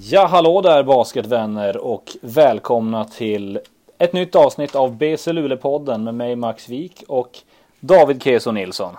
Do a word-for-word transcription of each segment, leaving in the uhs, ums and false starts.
Ja, hallå där basketvänner och välkomna till ett nytt avsnitt av B C Luleå-podden med mig Max Wik och David Keso Nilsson.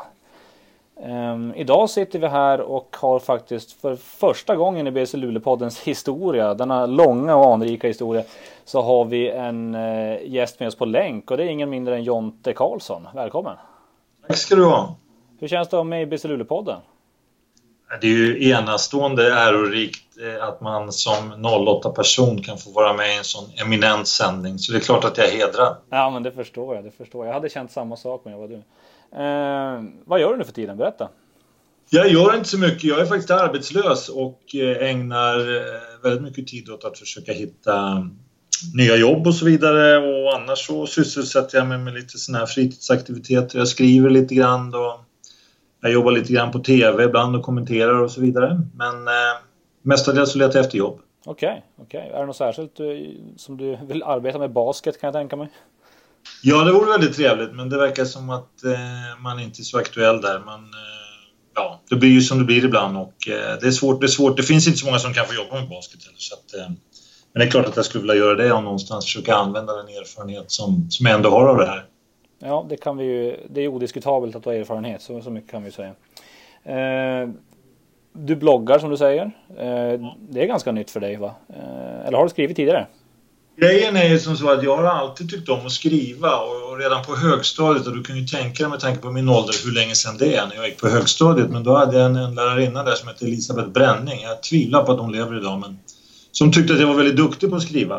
Um, idag sitter vi här och har faktiskt för första gången i B C Luleå-poddens historia, denna långa och anrika historia, så har vi en uh, gäst med oss på länk och det är ingen mindre än Jonte Karlsson. Välkommen! Tack ska du ha! Hur känns det att vara med i B C Luleå-podden? Det är ju enastående ärorikt att man som noll åtta person kan få vara med i en sån eminent sändning. Så det är klart att jag hedrar. Ja, men det förstår jag. Det förstår jag. Jag hade känt samma sak om jag var du. Eh, vad gör du nu för tiden? Berätta. Jag gör inte så mycket. Jag är faktiskt arbetslös och ägnar väldigt mycket tid åt att försöka hitta nya jobb och så vidare. Och annars så sysselsätter jag mig med lite såna här fritidsaktiviteter. Jag skriver lite grann och jag jobbar lite grann på tv ibland och kommenterar och så vidare. Men eh, mestadels så letar jag efter jobb. Okej, okay, okej. Okay. Är det något särskilt du, som du vill arbeta med basket, kan jag tänka mig? Ja, det vore väldigt trevligt. Men det verkar som att eh, man inte är så aktuell där. Man, eh, ja, det blir ju som det blir ibland. Och eh, det är svårt, det är svårt. Det finns inte så många som kan få jobba med basket heller. Så att, eh, men det är klart att jag skulle vilja göra det och någonstans försöka använda den erfarenhet som, som jag ändå har av det här. Ja, det kan vi ju, det är odiskutabelt att du har erfarenhet, så, så mycket kan vi säga. Eh, du bloggar som du säger. Eh, det är ganska nytt för dig, va? Eh, eller har du skrivit tidigare? Grejen är ju som så att jag har alltid tyckt om att skriva och, och redan på högstadiet, och du kan ju tänka dig med tanke på min ålder hur länge sedan det är när jag gick på högstadiet, men då hade jag en, en lärarinna där som hette Elisabeth Bränning. Jag tvivlar på att hon lever idag, men som tyckte att jag var väldigt duktig på att skriva.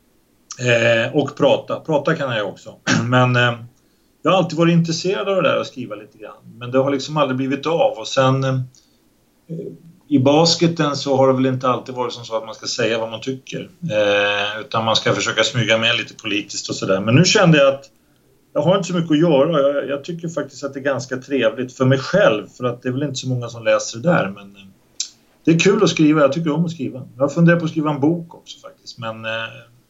Eh, och prata. Prata kan jag också. men... Eh, Jag har alltid varit intresserad av det där att skriva lite grann. Men det har liksom aldrig blivit av. Och sen eh, i basketen så har det väl inte alltid varit som så att man ska säga vad man tycker. Eh, utan man ska försöka smyga med lite politiskt och sådär. Men nu kände jag att jag har inte så mycket att göra. Jag, jag tycker faktiskt att det är ganska trevligt för mig själv. För att det är väl inte så många som läser det där. Men eh, det är kul att skriva. Jag tycker om att skriva. Jag har funderat på att skriva en bok också faktiskt. Men... Eh,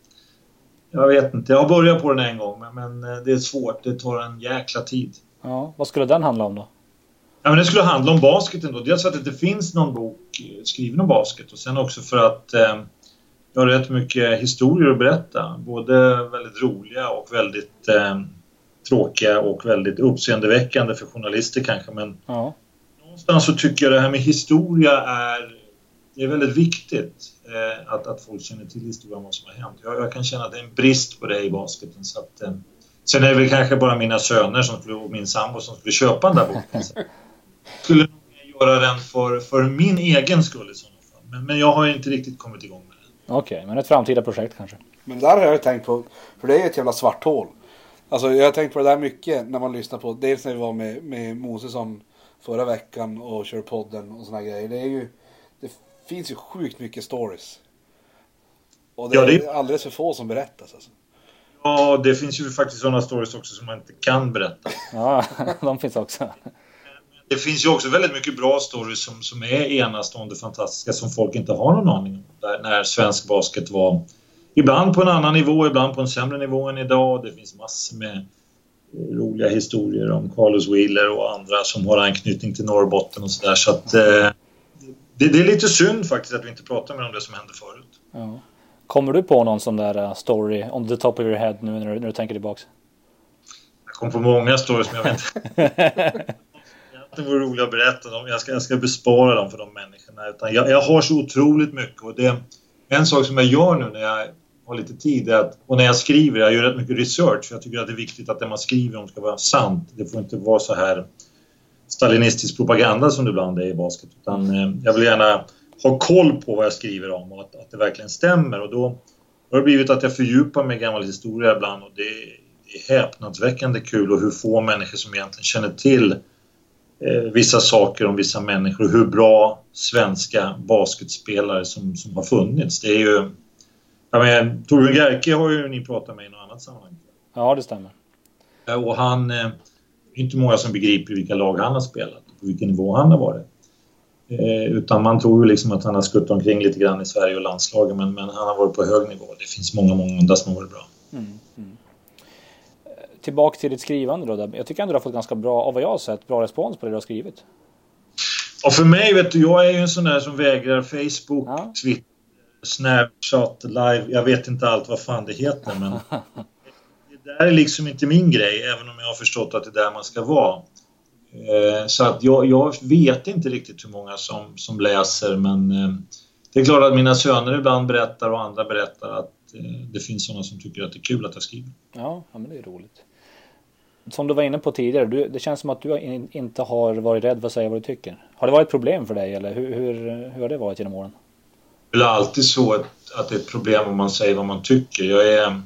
Jag vet inte, jag har börjat på den en gång, men, men det är svårt, det tar en jäkla tid. Ja, vad skulle den handla om då? Ja, men det skulle handla om basket då. Dels för att det inte finns någon bok skriven om basket, och sen också för att eh, jag har rätt mycket historier att berätta. Både väldigt roliga och väldigt eh, tråkiga och väldigt uppseendeväckande för journalister kanske. Men ja. Någonstans så tycker jag det här med historia är... Det är väldigt viktigt eh, att, att folk känner till historien om vad som har hänt. Jag, jag kan känna att det är en brist på det i basketen. Så att, eh, sen är det väl kanske bara mina söner som skulle, och min sambo som skulle köpa den där boken. Så skulle nog göra den för, för min egen skull i sådana fall. Men, men jag har inte riktigt kommit igång med den. Okej, okay, men ett framtida projekt kanske. Men där har jag tänkt på, för det är ett jävla svart hål. Alltså jag har tänkt på det där mycket när man lyssnar på, dels när vi var med, med Mosesson förra veckan och kör podden och såna grejer. Det är ju... Det finns ju sjukt mycket stories. Och det, ja, det är alldeles för få som berättas. Alltså. Ja, det finns ju faktiskt sådana stories också som man inte kan berätta. Ja, de finns också. Det finns ju också väldigt mycket bra stories som, som är enastående fantastiska som folk inte har någon aning om. Där, när svensk basket var ibland på en annan nivå, ibland på en sämre nivå än idag. Det finns massor med roliga historier om Carlos Wheeler och andra som har anknytning till Norrbotten och sådär. Så att... Eh, Det, det är lite synd faktiskt att vi inte pratar mer om det som hände förut. Ja. Kommer du på någon sån där story on the top of your head nu när du, när du tänker tillbaka? Jag kom på många stories som jag vet inte. Det vore roligt att berätta dem. Jag ska, jag ska bespara dem för de människorna. Utan jag, jag har så otroligt mycket. Och det, en sak som jag gör nu när jag har lite tid är att, och när jag skriver, jag gör rätt mycket research. Jag tycker att det är viktigt att det man skriver om ska vara sant. Det får inte vara så här... stalinistisk propaganda som det ibland är i basket, utan eh, jag vill gärna ha koll på vad jag skriver om och att, att det verkligen stämmer, och då har det blivit att jag fördjupar mig i gammal historia ibland, och det är, det är häpnadsväckande kul, och hur få människor som egentligen känner till eh, vissa saker om vissa människor och hur bra svenska basketspelare som, som har funnits. Det är ju, jag menar, Torbjörn Gerke har ju ni pratat med i något annat sammanhang. Ja, det stämmer. Och han... Eh, inte många som begriper vilka lag han har spelat och på vilken nivå han har varit. Eh, utan man tror ju liksom att han har skuttat omkring lite grann i Sverige och landslaget, men, men han har varit på hög nivå. Det finns många, många andra som har varit bra. Mm, mm. Tillbaka till ditt skrivande då. Där. Jag tycker ändå du har fått ganska bra, av vad jag har sett, bra respons på det du har skrivit. Och för mig, vet du, jag är ju en sån där som vägrar Facebook, ja. Twitter, Snapchat live, jag vet inte allt vad fan det heter, men det där är liksom inte min grej, även om jag har förstått att det är där man ska vara. Eh, så att jag, jag vet inte riktigt hur många som, som läser, men eh, det är klart att mina söner ibland berättar och andra berättar att eh, det finns sådana som tycker att det är kul att jag skriver. Ja, ja men det är roligt. Som du var inne på tidigare, du, det känns som att du in, inte har varit rädd för att säga vad du tycker. Har det varit ett problem för dig, eller hur, hur, hur har det varit genom åren? Det är alltid så att, att det är ett problem om man säger vad man tycker. Jag är eh,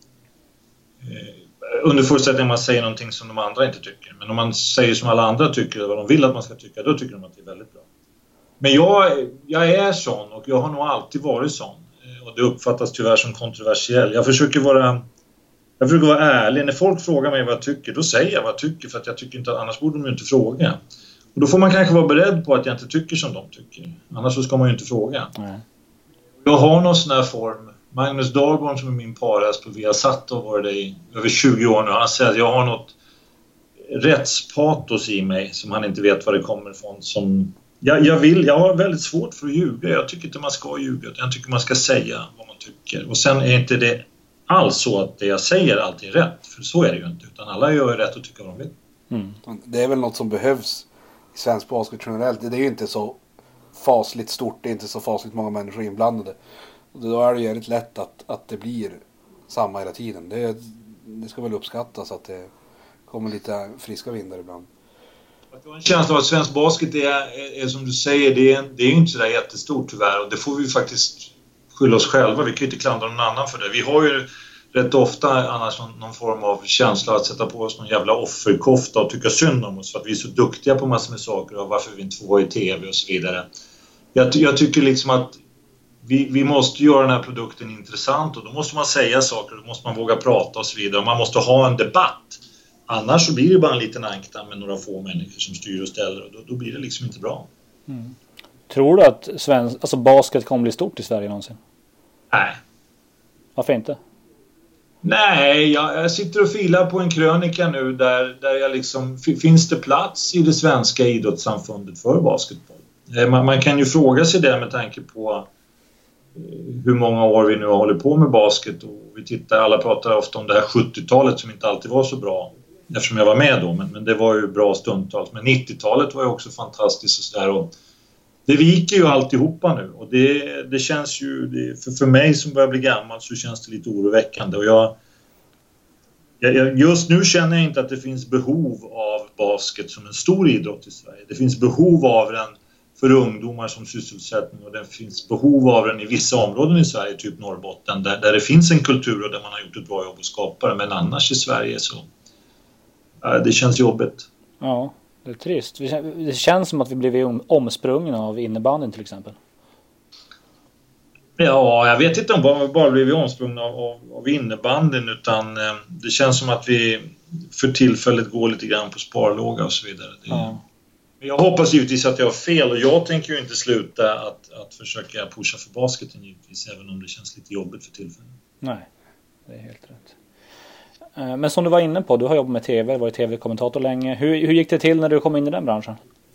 under förutsättning att man säger någonting som de andra inte tycker. Men om man säger som alla andra tycker och vad de vill att man ska tycka, då tycker de att det är väldigt bra. Men jag, jag är sån, och jag har nog alltid varit sån. Och det uppfattas tyvärr som kontroversiell. Jag försöker vara, jag försöker vara ärlig. När folk frågar mig vad jag tycker, då säger jag vad jag tycker. För att jag tycker inte, annars borde de ju inte fråga. Och då får man kanske vara beredd på att jag inte tycker som de tycker. Annars så ska man ju inte fråga. Mm. Jag har någon sån här form. Magnus Dahlborn som är min parhäst på Viasat och varit det i över tjugo år nu. Han säger att jag har något rättspatos i mig som han inte vet var det kommer ifrån. Som jag, jag, vill, jag har väldigt svårt för att ljuga. Jag tycker inte man ska ljuga. Jag tycker man ska säga vad man tycker. Och sen är inte det alls så att det jag säger alltid är rätt. För så är det ju inte. Utan alla gör rätt och tycker vad de vill. Mm. Det är väl något som behövs i svensk basket generellt. Det är ju inte så fasligt stort. Det är inte så fasligt många människor inblandade. Och då är det ju väldigt lätt att, att det blir samma hela tiden. Det, det ska väl uppskattas att det kommer lite friska vindar ibland. Jag har en känsla av att svensk basket är, är, är som du säger, det är, det är ju inte så där jättestort tyvärr. Och det får vi faktiskt skylla oss själva. Vi kan ju inte klandra någon annan för det. Vi har ju rätt ofta annars någon, någon form av känsla att sätta på oss någon jävla offerkofta och tycka synd om oss. För att vi är så duktiga på massor med saker och varför vi inte får vara i tv och så vidare. Jag, jag tycker liksom att Vi, vi måste göra den här produkten intressant, och då måste man säga saker, då måste man våga prata och så vidare. Och man måste ha en debatt. Annars så blir det bara en liten ankdamm med några få människor som styr och ställer, och då, då blir det liksom inte bra. Mm. Tror du att svensk, alltså basket kommer bli stort i Sverige någonsin? Nej. Varför inte? Nej, jag, jag sitter och filar på en krönika nu där, där jag liksom, finns det plats i det svenska idrottssamfundet för basketboll? Man, man kan ju fråga sig det med tanke på hur många år vi nu har hållit på med basket, och vi tittar, alla pratar ofta om det här sjuttiotalet som inte alltid var så bra eftersom jag var med då, men, men det var ju bra stundtals, men nittiotalet var ju också fantastiskt och sådär, och det viker ju alltihopa nu, och det, det känns ju det, för, för mig som börjar bli gammal så känns det lite oroväckande, och jag, jag just nu känner jag inte att det finns behov av basket som en stor idrott i Sverige. Det finns behov av den för ungdomar som sysselsättning, och det finns behov av den i vissa områden i Sverige, typ Norrbotten, där, där det finns en kultur och där man har gjort ett bra jobb att skapa det. Men annars i Sverige så äh, det känns jobbigt. Ja, det är trist. Det känns som att vi blev omsprungna av innebandyn till exempel. Ja, jag vet inte om vi bara blev omsprungna av, av, av innebandyn, utan eh, det känns som att vi för tillfället går lite grann på sparlåga och så vidare. Det, ja. Jag hoppas givetvis att jag har fel, och jag tänker ju inte sluta att, att försöka pusha för basketen givetvis, även om det känns lite jobbigt för tillfället. Nej, det är helt rätt. Men som du var inne på, du har jobbat med tv, varit tv-kommentator länge. Hur, hur gick det till när du kom in i den branschen?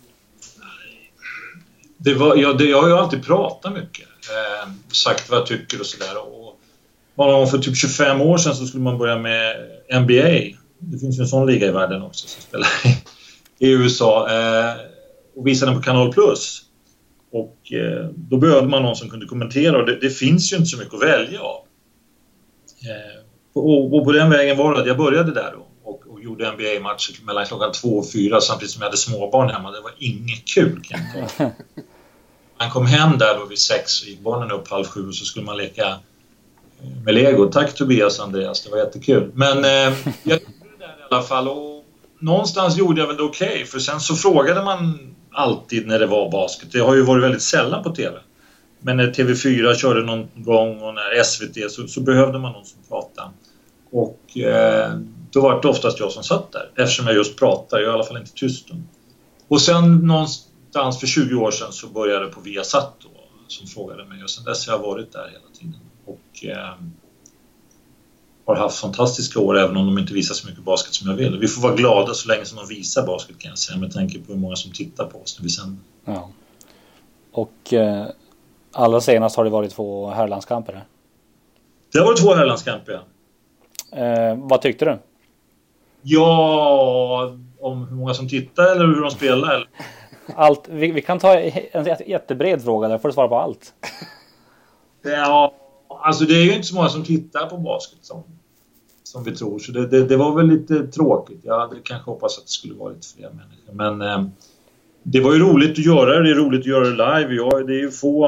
Det var, ja, det, jag har ju alltid pratat mycket, eh, sagt vad jag tycker och sådär. Och bara för typ tjugofem år sedan så skulle man börja med N B A. Det finns ju en sån liga i världen också som spelar i U S A, eh, och visade den på Kanal Plus, och eh, då behövde man någon som kunde kommentera, och det, det finns ju inte så mycket att välja av, eh, och, och på den vägen var det att jag började där då, och, och gjorde N B A-matcher mellan klockan två och fyra samtidigt som jag hade småbarn hemma. Det var inget kul, kan jag säga. Man kom hem där då vid sex och gick barnen upp halv sju, och så skulle man leka med Lego. Tack Tobias och Andreas, det var jättekul. Men eh, jag gjorde det där i alla fall, och någonstans gjorde jag väl det okej, okay, för sen så frågade man alltid när det var basket. Det har ju varit väldigt sällan på tv. Men när T V fyra körde någon gång och när S V T så, så behövde man någon som pratade. Och eh, då var det oftast jag som satt där, eftersom jag just pratar, jag är i alla fall inte tyst. Och sen någonstans för tjugo år sedan så började jag på Viasat då, som frågade mig, och sen dess har jag varit där hela tiden. Och eh, har haft fantastiska år, även om de inte visar så mycket basket som jag vill. Vi får vara glada så länge som de visar basket, kan jag säga, med tanke på hur många som tittar på oss när vi sänder. Ja. Och eh, Allra senast har det varit två herrlandskamper. Det har varit två herrlandskamper, ja. Eh, vad tyckte du? Ja, om hur många som tittar eller hur de spelar? Eller? Allt. Vi, vi kan ta en jättebred fråga, där får du svara på allt. Ja, alltså det är ju inte så många som tittar på basket som, som vi tror. Så det, det, det var väl lite tråkigt. Jag hade kanske hoppats att det skulle vara lite fler människor. Men eh, det var ju roligt att göra det. Det är roligt att göra det live. Jag, det är ju få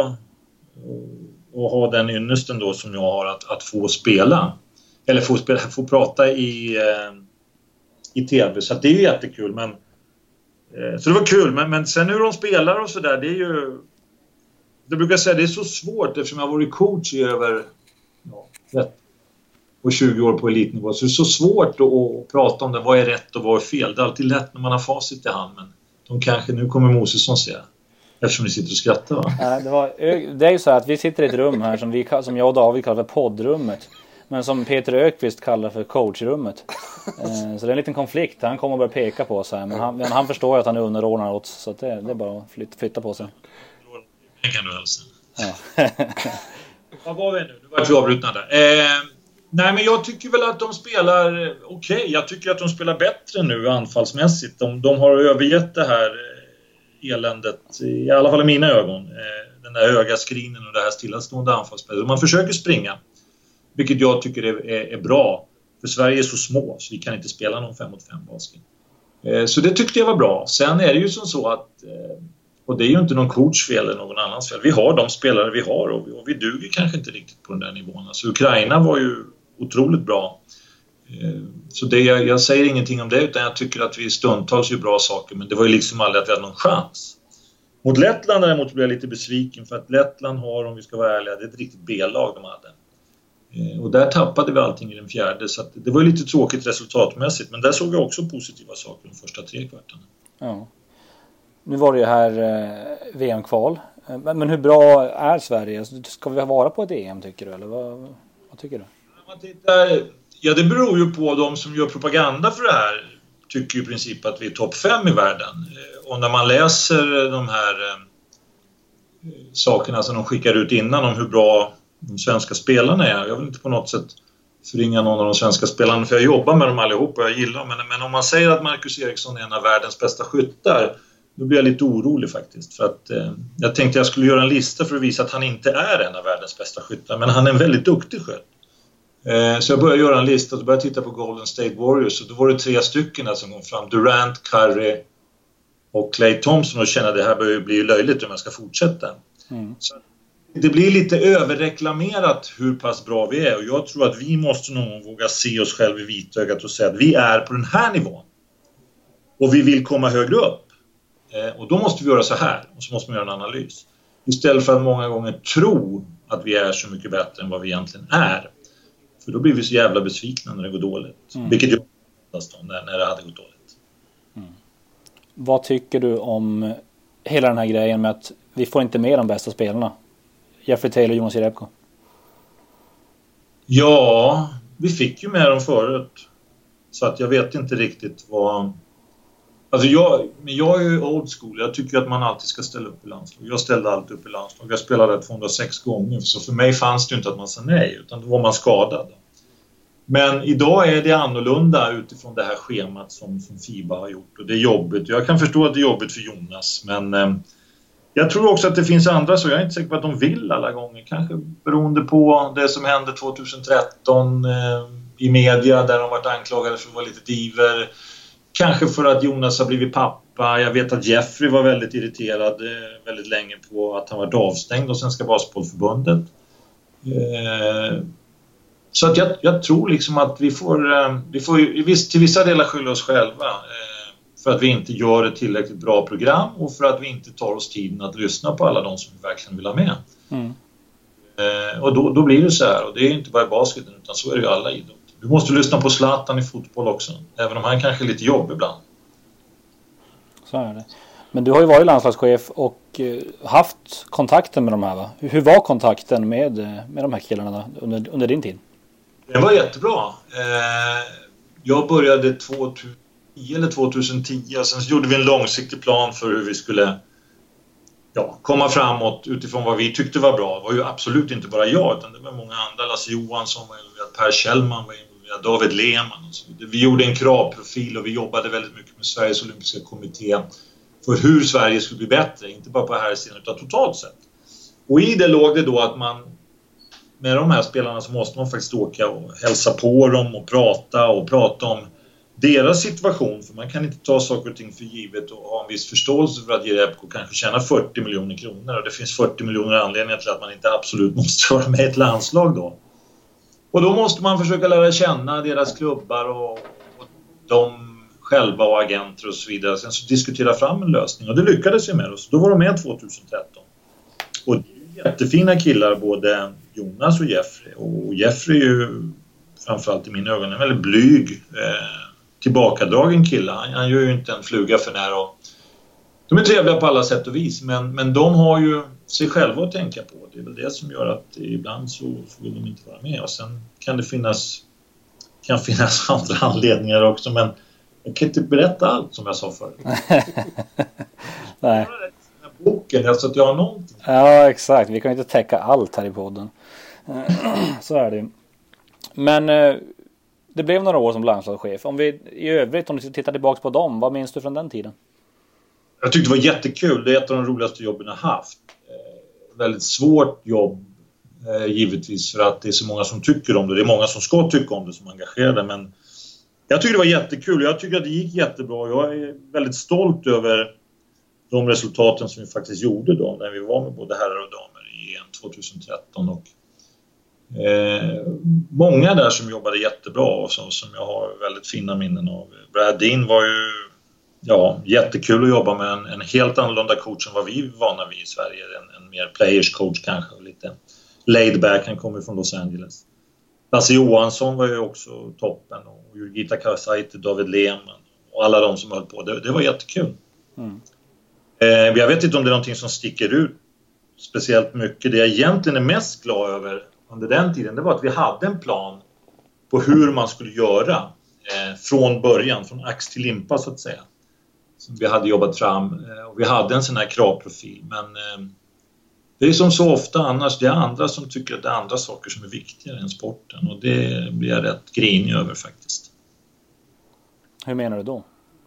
att ha den ynnesten då som jag har att, att få spela. Eller få, spela, få prata i, eh, i tv. Så det är ju jättekul. Men, eh, så det var kul. Men, men sen hur de spelar och sådär, det är ju... Jag brukar säga att det är så svårt eftersom jag har varit coach i över ja, och tjugo år på elitnivå. Så det är så svårt att, att prata om det. Vad är rätt och vad är fel? Det är alltid lätt när man har facit i hand. Men de kanske, nu kommer Mosesson säga. Eftersom ni sitter och skrattar, va? Ja, det, var, det är ju så här att vi sitter i ett rum här som, vi, som jag och David kallar för poddrummet. Men som Peter Ökvist kallar för coachrummet. Eh, så det är en liten konflikt. Han kommer och börjar peka på oss här. Men han, men han förstår ju att han är underordnad åt. Så att det, det är bara att flytta, flytta på sig. Det kan du hälsa. Ja. Vad var vi nu? Nu var vi avbrutna där. Eh, nej, men jag tycker väl att de spelar okej. Okay. Jag tycker att de spelar bättre nu anfallsmässigt. De, de har övergett det här eländet, i alla fall i mina ögon. Eh, den där höga skrinen och det här stillastående anfallsspelet. Man försöker springa, vilket jag tycker är, är, är bra. För Sverige är så små så vi kan inte spela någon fem mot fem basket. Eh, så det tyckte jag var bra. Sen är det ju som så att... Eh, Och det är ju inte någon coach fel eller någon annans fel. Vi har de spelare vi har och vi, och vi duger kanske inte riktigt på den där nivån. Alltså Ukraina var ju otroligt bra. Eh, så det, jag, jag säger ingenting om det utan jag tycker att vi stundtals gör bra saker. Men det var ju liksom aldrig att vi hade någon chans. Mot Lettland däremot blev jag lite besviken för att Lettland har, om vi ska vara ärliga, det är ett riktigt B-lag de hade. Eh, och där tappade vi allting i den fjärde. Så att det var ju lite tråkigt resultatmässigt. Men där såg jag också positiva saker de första tre kvartarna. Ja. Nu var det ju här eh, V M-kval. Men, men hur bra är Sverige? Ska vi vara på ett E M tycker du? Eller vad, vad tycker du? Man tittar, ja, det beror ju på de som gör propaganda för det här. Tycker ju i princip att vi är topp fem i världen. Och när man läser de här eh, sakerna som de skickar ut innan om hur bra de svenska spelarna är. Jag vill inte på något sätt förringa någon av de svenska spelarna för jag jobbar med dem allihopa och jag gillar dem. Men, men om man säger att Marcus Eriksson är en av världens bästa skyttar, då blir jag lite orolig faktiskt. För att eh, jag tänkte jag skulle göra en lista för att visa att han inte är en av världens bästa skyttar. Men han är en väldigt duktig skytt. Eh, så jag började göra en lista och började titta på Golden State Warriors. Och då var det tre stycken där som kom fram. Durant, Curry och Klay Thompson. Och kände att det här börjar bli löjligt om jag ska fortsätta. Mm. Så det blir lite överreklamerat hur pass bra vi är. Och jag tror att vi måste någon gång våga se oss själva i vitögat och säga att vi är på den här nivån. Och vi vill komma högre upp. Och då måste vi göra så här. Och så måste man göra en analys. Istället för att många gånger tro att vi är så mycket bättre än vad vi egentligen är. För då blir vi så jävla besvikna när det går dåligt. Mm. Vilket jag hoppas då, när, när det hade gått dåligt. Mm. Vad tycker du om hela den här grejen med att vi får inte med de bästa spelarna? Jeffrey Taylor och Jonas Jerebko. Ja, vi fick ju med dem förut. Så att jag vet inte riktigt vad... Alltså jag, men jag är ju old school. Jag tycker att man alltid ska ställa upp i landslag. Jag ställde alltid upp i landslag. Jag spelade tvåhundrasex gånger. Så för mig fanns det ju inte att man sa nej. Utan då var man skadad. Men idag är det annorlunda utifrån det här schemat som, som FIBA har gjort. Och det är jobbigt. Jag kan förstå att det är jobbigt för Jonas. Men eh, jag tror också att det finns andra så. Jag är inte säker på att de vill alla gånger. Kanske beroende på det som hände tjugohundratretton eh, i media. Där de varit anklagade för att vara lite diver. Kanske för att Jonas har blivit pappa. Jag vet att Jeffrey var väldigt irriterad eh, väldigt länge på att han var avstängd av Svenska Basketbollförbundet. Eh, så att jag, jag tror liksom att vi får, eh, vi får viss, till vissa delar skylla oss själva. Eh, för att vi inte gör ett tillräckligt bra program och för att vi inte tar oss tiden att lyssna på alla de som vi verkligen vill ha med. Mm. Eh, och då, då blir det så här. Och det är inte bara i basketen utan så är det ju alla idrott. Du måste lyssna på Zlatan i fotboll också. Även om han kanske är lite jobb ibland. Så är det. Men du har ju varit landslagschef och haft kontakten med de här, va? Hur var kontakten med, med de här killarna under, under din tid? Det var jättebra. Jag började tjugohundratio eller tjugohundratio och sen gjorde vi en långsiktig plan för hur vi skulle ja, komma framåt utifrån vad vi tyckte var bra. Det var ju absolut inte bara jag, utan det var många andra. Lasse Johansson var involverad, Per Kjellman var involverad, David Lehmann och så vidare. Vi gjorde en kravprofil och vi jobbade väldigt mycket med Sveriges olympiska kommitté för hur Sverige skulle bli bättre, inte bara på här sidan utan totalt sett. Och i det låg det då att man med de här spelarna så måste man faktiskt åka och hälsa på dem och prata och prata om deras situation, för man kan inte ta saker och ting för givet och ha en viss förståelse för att Jerebko kanske tjänar fyrtio miljoner kronor och det finns fyrtio miljoner anledningar till att man inte absolut måste vara med i ett landslag då. Och då måste man försöka lära känna deras klubbar och, och de själva och agenter och så vidare. Sen så diskutera fram en lösning och det lyckades ju med oss. Då var de med tjugohundratretton. Och det är jättefina killar, både Jonas och Jeffrey. Och Jeffrey är ju framförallt i mina ögon en väldigt blyg, eh, tillbakadragen kille. Han, han gör ju inte en fluga för när och de är trevliga på alla sätt och vis, men, men de har ju sig själva att tänka på. Det är väl det som gör att ibland så, så vill de inte vara med. Och sen kan det finnas, kan finnas andra anledningar också, men jag kan inte berätta allt som jag sa förut. Nej. Boken, alltså att jag har någonting. Ja, exakt. Vi kan ju inte täcka allt här i podden. Så är det ju. Men det blev några år som landslagschef. Om vi i övrigt, om du tittar tillbaka på dem, vad minns du från den tiden? Jag tyckte det var jättekul. Det är ett av de roligaste jobben jag haft. Eh, väldigt svårt jobb, eh, givetvis, för att det är så många som tycker om det. Det är många som ska tycka om det, som är engagerade. Men jag tycker det var jättekul. Jag tycker att det gick jättebra. Jag är väldigt stolt över de resultaten som vi faktiskt gjorde då, när vi var med både herrar och damer i E M tjugohundratretton. Och Eh, många där som jobbade jättebra och så, som jag har väldigt fina minnen av. Brad Dean var ju ja, jättekul att jobba med, en, en helt annorlunda coach än vad vi är vana vid i Sverige, en, en mer players coach kanske, lite laid back. Han kommer från Los Angeles. Lasse Johansson var ju också toppen, och Jurgita Kasaite, David Lehmann och alla de som höll på. Det, det var jättekul. Mm. eh, jag vet inte om det är någonting som sticker ut speciellt mycket. Det jag egentligen är mest glad över under den tiden, det var att vi hade en plan på hur man skulle göra eh, från början, från ax till limpa så att säga. Som vi hade jobbat fram, eh, och vi hade en sån här kravprofil, men eh, det är som så ofta annars, det är andra som tycker att det är andra saker som är viktigare än sporten, och det blir jag rätt grinig över faktiskt. Hur menar du då?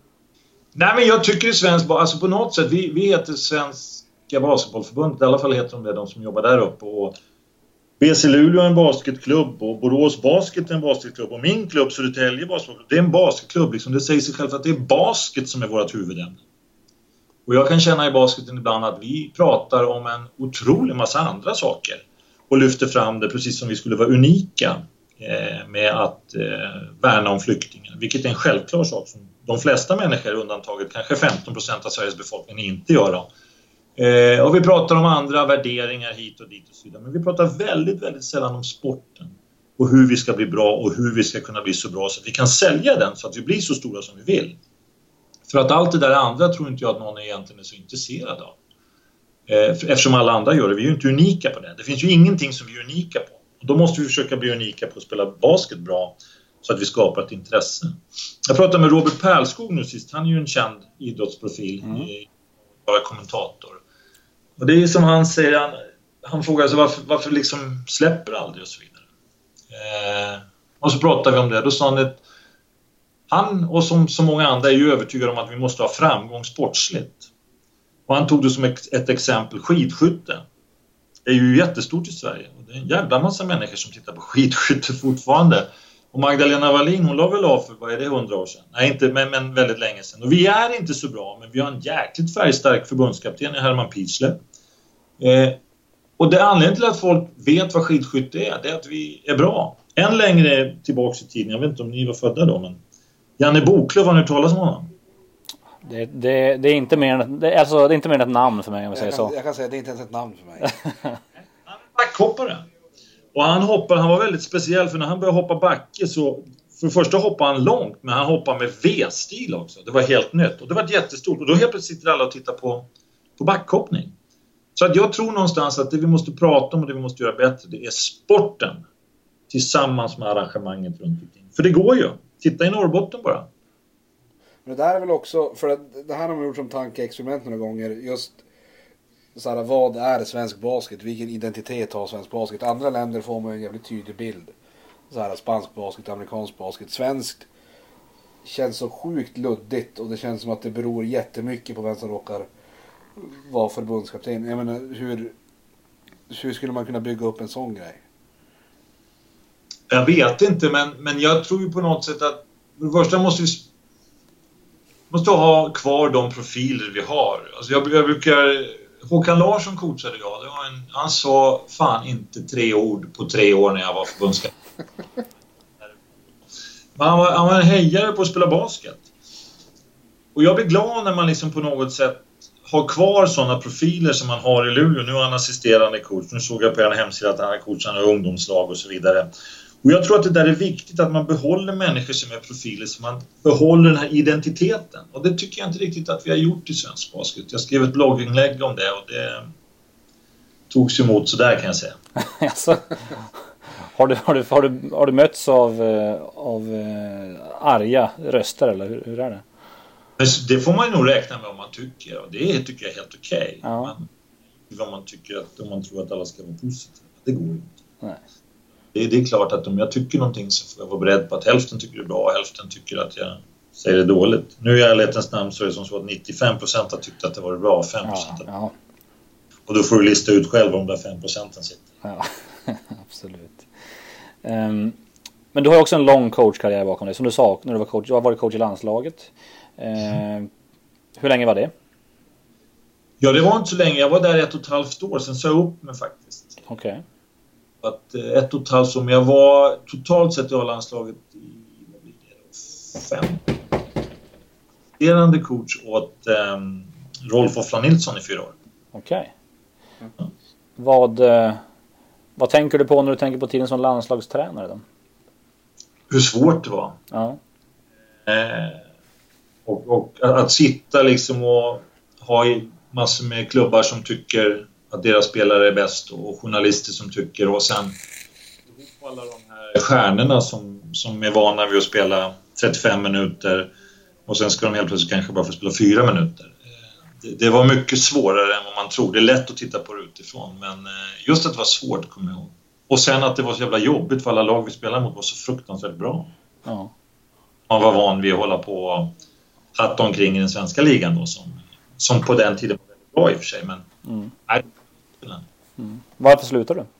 Nej, men jag tycker i svensk, alltså på något sätt, vi, vi heter Svenska Basketbollförbundet, i alla fall heter de det, de som jobbar där uppe, och B C Luleå är en basketklubb och Borås Basket är en basketklubb och min klubb Södertälje Basketklubb, det är en basketklubb liksom. Det säger sig själv att det är basket som är vårt huvudämne. Och jag kan känna i basketen ibland att vi pratar om en otrolig massa andra saker och lyfter fram det precis som vi skulle vara unika eh, med att eh, värna om flyktingar, vilket är en självklar sak som de flesta människor, undantaget kanske femton procent av Sveriges befolkning, inte gör då. Eh, och vi pratar om andra värderingar hit och dit och så vidare. Men vi pratar väldigt, väldigt sällan om sporten. Och hur vi ska bli bra och hur vi ska kunna bli så bra så att vi kan sälja den så att vi blir så stora som vi vill. För att allt det där andra tror inte jag att någon egentligen är så intresserad av. Eh, eftersom alla andra gör det. Vi är ju inte unika på det. Det finns ju ingenting som vi är unika på. Och då måste vi försöka bli unika på att spela basket bra så att vi skapar ett intresse. Jag pratade med Robert Pärlskog nu sist. Han är ju en känd idrottsprofil. Mm. Bara kommentator. Och det är som han säger, han, han frågar sig varför, varför liksom släpper aldrig och så vidare. Eh, och så pratar vi om det. Då sa han att han och som så många andra är ju övertygade om att vi måste ha framgång sportsligt. Och han tog det som ett, ett exempel, skidskytte. Det är ju jättestort i Sverige. Och det är en jävla massa människor som tittar på skidskytte fortfarande. Och Magdalena Wallin, hon la väl av för, vad är det, hundra år sedan? Nej, inte, men, men väldigt länge sedan. Och vi är inte så bra, men vi har en jäkligt färgstark förbundskapten i Herman Pietzle. Eh, och det anledningen till att folk vet vad skidskytte är, det är att vi är bra. Än längre tillbaka i tiden, jag vet inte om ni var födda då, men Janne Boklöv, har ni hört talas om honom? Det, det, det, är inte mer än, det, alltså, det är inte mer än ett namn för mig, om jag säger jag kan, så. Jag kan säga att det är inte ens ett namn för mig. Han är backhoppare. Och han hoppar, han var väldigt speciell, för när han började hoppa backe så, för det första hoppade han långt, men han hoppade med V-stil också. Det var helt nytt och det var jättestort. Och då helt plötsligt sitter alla och tittar på, på backhoppning. Så att jag tror någonstans att det vi måste prata om och det vi måste göra bättre, det är sporten tillsammans med arrangemanget runt omkring. För det går ju. Titta i Norrbotten bara. Men det där är väl också, för att det här har man gjort som tankeexperiment några gånger, just så här, vad är svensk basket? Vilken identitet har svensk basket? Andra länder får man en jävligt tydlig bild. Så här, spansk basket, amerikansk basket. Svenskt känns så sjukt luddigt och det känns som att det beror jättemycket på vem som råkar vara förbundskapten. Jag menar, hur, hur skulle man kunna bygga upp en sån grej? Jag vet inte, men, men jag tror ju på något sätt att för det första måste vi måste ha kvar de profiler vi har. Alltså jag, jag brukar... Håkan Larsson coachade jag. Det var en, han sa fan inte tre ord på tre år när jag var förbundskapten. Han var, han var en hejare på att spela basket. Och jag blir glad när man liksom på något sätt har kvar sådana profiler som man har i Luleå. Nu är han assisterande coach. Nu såg jag på en hemsida att han är coach i ungdomslag och så vidare. Och jag tror att det där är viktigt att man behåller människor som är profiler, så man behåller den här identiteten. Och det tycker jag inte riktigt att vi har gjort i svensk basket. Jag skrev ett blogginlägg om det och det togs emot så där kan jag säga. Alltså, har, du, har, du, har, du, har du mötts av, av arga röster eller hur, hur är det? Det får man nog räkna med om man tycker, och det tycker jag är helt okej. Okay. Ja. Om man tycker att, om man tror att alla ska vara positiva. Det går ju inte. Nej. Det är, det är klart att om jag tycker någonting så får jag vara beredd på att hälften tycker det är bra och hälften tycker att jag säger det dåligt. Nu i ärlighetens namn så är det som så att nittiofem procent har tyckt att det var bra, fem procent. Ja, ja. Och då får du lista ut själv om de där fem procenten sitter. Ja, absolut. Um, men du har ju också en lång coachkarriär bakom dig. Som du sa, när du var coach, du har varit coach i landslaget. Uh, hur länge var det? Ja, det var inte så länge. Jag var där ett och ett halvt år, sen sa jag upp mig faktiskt. Okej. Okay. Att ett och ett halvt år, men jag var totalt sett i A-landslaget i vad blir det, fem. Lerande coach åt um, Rolf Offla Nilsson i fyra år. Okej. Okay. Mm. Vad, vad tänker du på när du tänker på tiden som landslagstränare då? Hur svårt det var. Ja. Eh, och, och att, att sitta liksom och ha massor med klubbar som tycker att deras spelare är bäst och journalister som tycker, och sen alla de här stjärnorna som, som är vana vid att spela trettiofem minuter och sen ska de helt plötsligt kanske bara få spela fyra minuter. Det, det var mycket svårare än vad man tror. Det är lätt att titta på det utifrån, men just att det var svårt kommer jag ihåg. Och sen att det var så jävla jobbigt för alla lag vi spelade mot var så fruktansvärt bra. Ja. Man var van vid att hålla på och hatta omkring i den svenska ligan då, som, som på den tiden var väldigt bra i och för sig, men mm. nej. Mm. Varför slutar du?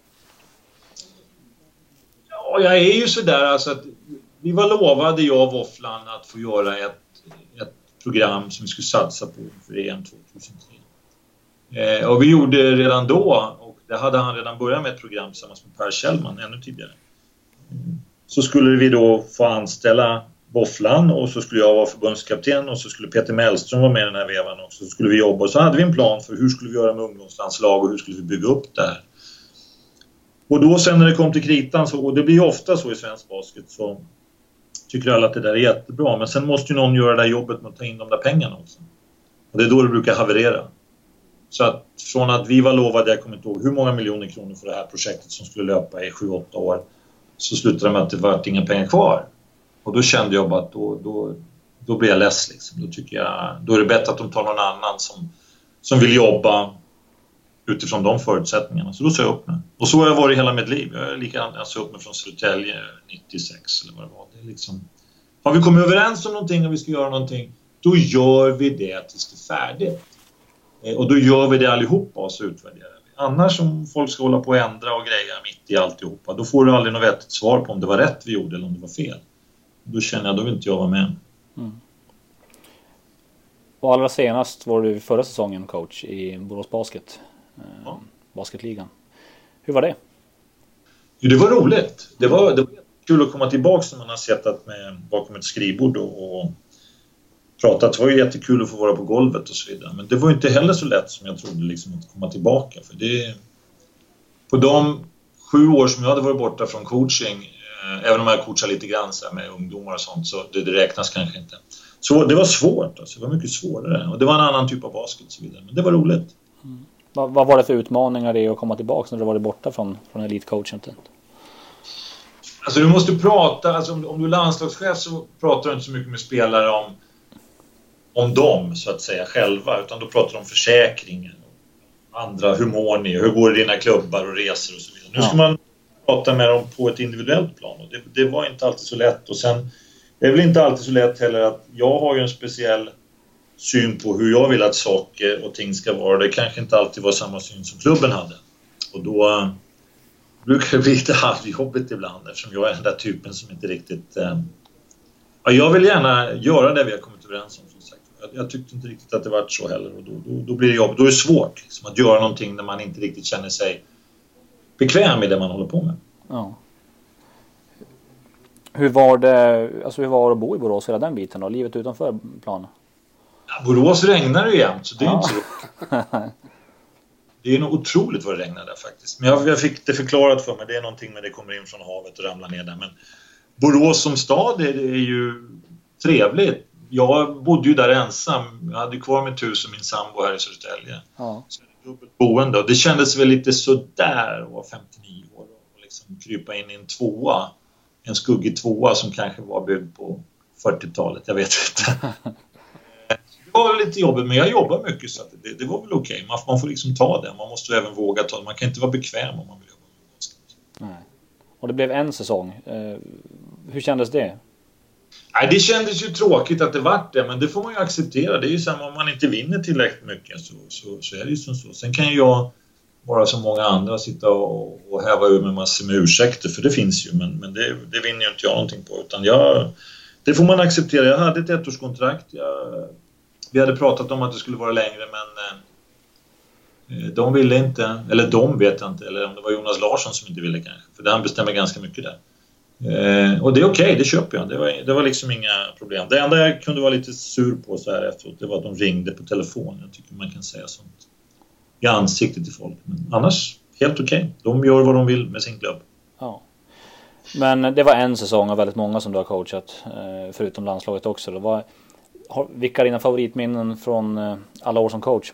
Ja, jag är ju sådär alltså att vi var lovade, jag och Våfflan, att få göra ett, ett program som vi skulle satsa på för E M tjugohundratre. Eh, och vi gjorde redan då, och det hade han redan börjat med ett program tillsammans med Per Kjellman ännu tidigare. Mm. Så skulle vi då få anställa Våfflan och så skulle jag vara förbundskapten och så skulle Peter Mellström vara med i den här vevan också. Så skulle vi jobba och så hade vi en plan för hur skulle vi göra med ungdomslandslag och hur skulle vi bygga upp det här. Och då sen när det kom till kritan, så, och det blir ju ofta så i svensk basket, så tycker alla att det där är jättebra. Men sen måste ju någon göra det där jobbet med att ta in de där pengarna också. Och det är då det brukar haverera. Så att från att vi var lovade, jag kommer inte ihåg hur många miljoner kronor för det här projektet som skulle löpa i sju åtta år, så slutade det med att det var inga pengar kvar. Och då kände jag bara att då, då, då blir jag less liksom. Då tycker jag, då är det bättre att de tar någon annan som, som vill jobba utifrån de förutsättningarna. Så då sa jag upp mig. Och så har jag varit hela mitt liv. Jag är likadant, jag sa upp mig från Södertälje nittiosex eller vad det var. Det är liksom, har vi kommit överens om någonting och vi ska göra någonting, då gör vi det tills det är färdigt. Och då gör vi det allihopa och så utvärderar vi. Annars om folk ska hålla på och ändra och greja mitt i alltihopa, då får du aldrig något vettigt svar på om det var rätt vi gjorde eller om det var fel. Då känner jag, då vill inte jag vara med. Mm. Och allra senast var du förra säsongen coach i Borås Basket. Ja. Eh, basketligan. Hur var det? Jo, det var roligt. Det var, det var kul att komma tillbaka när man har suttit med bakom ett skrivbord och, och pratat. Det var ju jättekul att få vara på golvet och så vidare. Men det var inte heller så lätt som jag trodde liksom, att komma tillbaka. För det, på de sju år som jag hade varit borta från coaching, även om jag coachar lite grann så här med ungdomar och sånt, så det, det räknas kanske inte. Så det var svårt, alltså. Det var mycket svårare. Och det var en annan typ av basket och så vidare. Men det var roligt. Mm. Vad, vad var det för utmaningar det att komma tillbaka när du var borta från, från elitcoachen? Alltså du måste prata, alltså om, om du är landslagschef så pratar du inte så mycket med spelare om, om dem så att säga själva. Utan då pratar du om försäkringen. andra, hur mår ni? Hur går det i dina klubbar och resor och så vidare. Nu ska ja. man prata med dem på ett individuellt plan. Och det, det var inte alltid så lätt. Och sen det är väl inte alltid så lätt heller att jag har ju en speciell syn på hur jag vill att saker och ting ska vara. Det kanske inte alltid var samma syn som klubben hade. Och då brukar det bli lite halvjobbigt ibland eftersom jag är den där typen som inte riktigt... Eh, ja, jag vill gärna göra det vi har kommit överens om, som sagt. Jag, jag tyckte inte riktigt att det var så heller och då, då, då blir det jobb. Då är det svårt liksom, att göra någonting när man inte riktigt känner sig bekväm i det man håller på med. Ja. Hur var det, alltså hur var det att bo i Borås hela den biten då? Livet utanför planen? Ja, Borås regnar ju jämt så det är ja. inte så roligt. Det är nog otroligt vad det regnar där faktiskt. Men jag, jag fick det förklarat för mig. Det är någonting med det kommer in från havet och ramlar ner där. Men Borås som stad är, det är ju trevligt. Jag bodde ju där ensam. Jag hade kvar mitt hus och min sambo här i Södertälje. Ja. Så det dubbelt boende. Och det kändes väl lite sådär att vara femtionio år och liksom krypa in i en tvåa. En skuggig tvåa som kanske var byggd på fyrtiotalet. Jag vet inte. Det var lite jobbigt, men jag jobbar mycket så att det, det var väl okej. Man, man får liksom ta det. Man måste även våga ta det. Man kan inte vara bekväm om man vill jobba med basket. Nej. Och det blev en säsong. Eh, hur kändes det? Nej, det kändes ju tråkigt att det vart det, men det får man ju acceptera. Det är ju samma om man inte vinner tillräckligt mycket så, så, så är det ju som så. Sen kan ju jag bara som många andra sitta och, och häva ur med massor med ursäkter, för det finns ju, men, men det, det vinner ju inte jag någonting på. Utan jag, det får man acceptera. Jag hade ett ettårskontrakt. Jag, vi hade pratat om att det skulle vara längre, men eh, de ville inte, eller de vet jag inte, eller om det var Jonas Larsson som inte ville kanske, för han bestämmer ganska mycket där. Eh, och det är okej, okay, det köper jag. Det var, det var liksom inga problem. Det enda jag kunde vara lite sur på så här efteråt, det var att de ringde på telefon. Jag tycker man kan säga sånt i ansiktet till folk. Men annars, helt okej. Okay. De gör vad de vill med sin klubb. Ja. Men det var en säsong av väldigt många som du har coachat, förutom landslaget också. Det var, vilka är dina favoritminnen från alla år som coach?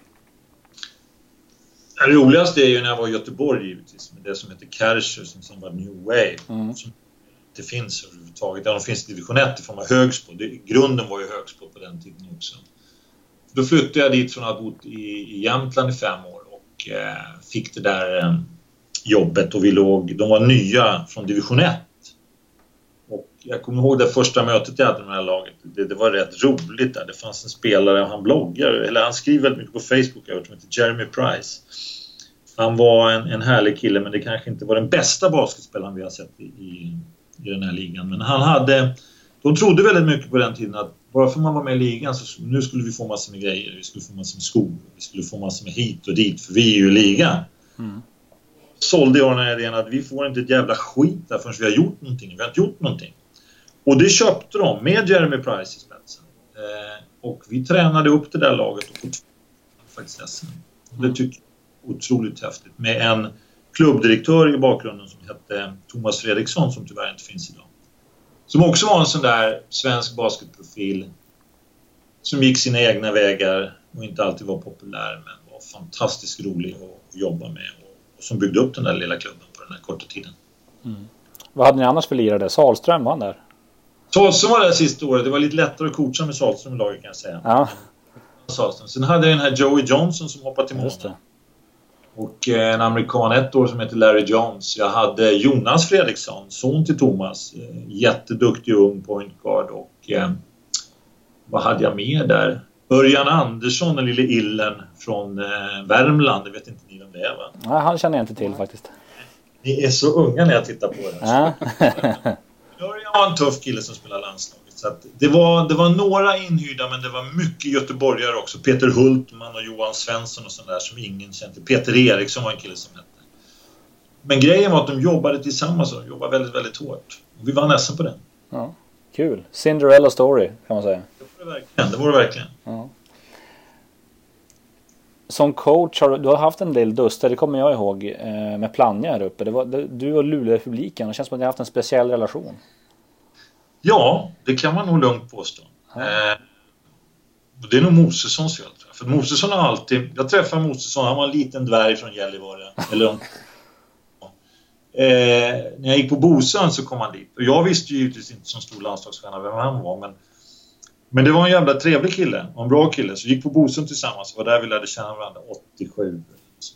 Det roligaste är ju när jag var i Göteborg givetvis, med det som heter Kärcher, som sen var New Wave. Mm. Som det finns överhuvudtaget. Ja, de finns division ett i form av Högsbo. Det, grunden var ju Högsbo på den tiden också. Då flyttade jag dit från att ha bott i, i Jämtland i fem år och eh, fick det där eh, jobbet, och vi låg, de var nya från division ett. Och jag kommer ihåg det första mötet jag hade med det här laget. Det, det var rätt roligt där. Det fanns en spelare, han bloggar, eller han skriver väldigt mycket på Facebook, jag vet, som heter Jeremy Price. Han var en, en härlig kille, men det kanske inte var den bästa basketspelaren vi har sett i, i, i den här ligan. Men han hade, de trodde väldigt mycket på den tiden att bara för man var med i ligan så nu skulle vi få massor med grejer. Vi skulle få massor med skor, vi skulle få massor med hit och dit, för vi är ju i ligan. Mm. Sålde jag den här idén att vi får inte ett jävla skit där förrän vi har gjort någonting. Vi har inte gjort någonting. Och det köpte de med Jeremy Price i spetsen. Eh, och vi tränade upp det där laget och fått faktiskt S M. Och det tycker jag är otroligt häftigt. Med en klubbdirektör i bakgrunden som hette Thomas Fredriksson, som tyvärr inte finns idag. Som också var en sån där svensk basketprofil som gick sina egna vägar och inte alltid var populär, men var fantastiskt rolig att jobba med och, och som byggde upp den där lilla klubben på den här korta tiden. Mm. Vad hade ni annars för lirare? Salström var han där? Salström var där sista året. Det var lite lättare att coacha med Salström i laget, kan jag säga. Ja. Salström. Sen hade jag den här Joey Johnson som hoppade till månen. Och en amerikan ett år som heter Larry Jones. Jag hade Jonas Fredriksson, son till Thomas. Jätteduktig ung point guard. Och eh, vad hade jag med där? Örjan Andersson, den lille illen från eh, Värmland. Det vet inte ni vem det är, va? Nej, han känner jag inte till faktiskt. Ni är så unga när jag tittar på det. Ja. Örjan var en tuff kille som spelar landslaget. Så att det, var, det var några inhyrda, men det var mycket göteborgare också. Peter Hultman och Johan Svensson och sådär där som ingen kände. Peter Eriksson var en kille som hette. Men grejen var att de jobbade tillsammans och jobbade väldigt, väldigt hårt. Och vi var nästan på den. Ja, kul. Cinderella story, kan man säga. Det var det verkligen. Det var det verkligen. Ja. Som coach har du har haft en del duster, det kommer jag ihåg, eh, med Plannja här uppe. Det var, det, du och Luleå-publiken, det känns som att ni har haft en speciell relation. Ja, det kan man nog lugnt påstå. Ja. Eh, det är nog Mosessons fel, tror jag. För Mosesson har alltid... Jag träffade Mosesson, han var en liten dvärg från Gällivare. Eller, eh, när jag gick på Bosön så kom han dit. Och jag visste ju givetvis inte som stor landslagsstjärna vem han var. Men, men det var en jävla trevlig kille, och en bra kille. Så vi gick på Bosön tillsammans. Och där vi lärde känna varandra åttiosju. Så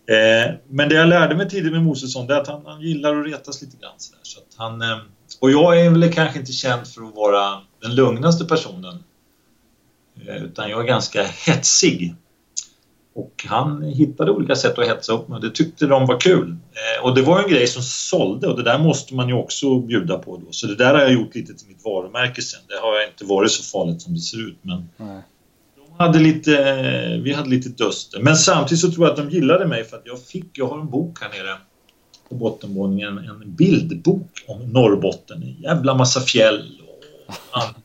Eh, men det jag lärde mig tidigt med Mosesson är att han, han gillar att retas lite grann. Så där, så att han, eh, och jag är väl kanske inte känd för att vara den lugnaste personen. Eh, utan jag är ganska hetsig. Och han hittade olika sätt att hetsa upp mig. Det tyckte de var kul. Eh, och det var en grej som sålde. Och det där måste man ju också bjuda på då. Så det där har jag gjort lite till mitt varumärke sen. Det har jag inte varit så farligt som det ser ut. Men mm. de hade lite, vi hade lite döster. Men samtidigt så tror jag att de gillade mig. För att jag fick, jag har en bok här nere på bottenvåningen. En bildbok om Norrbotten. En jävla massa fjäll. Och annat.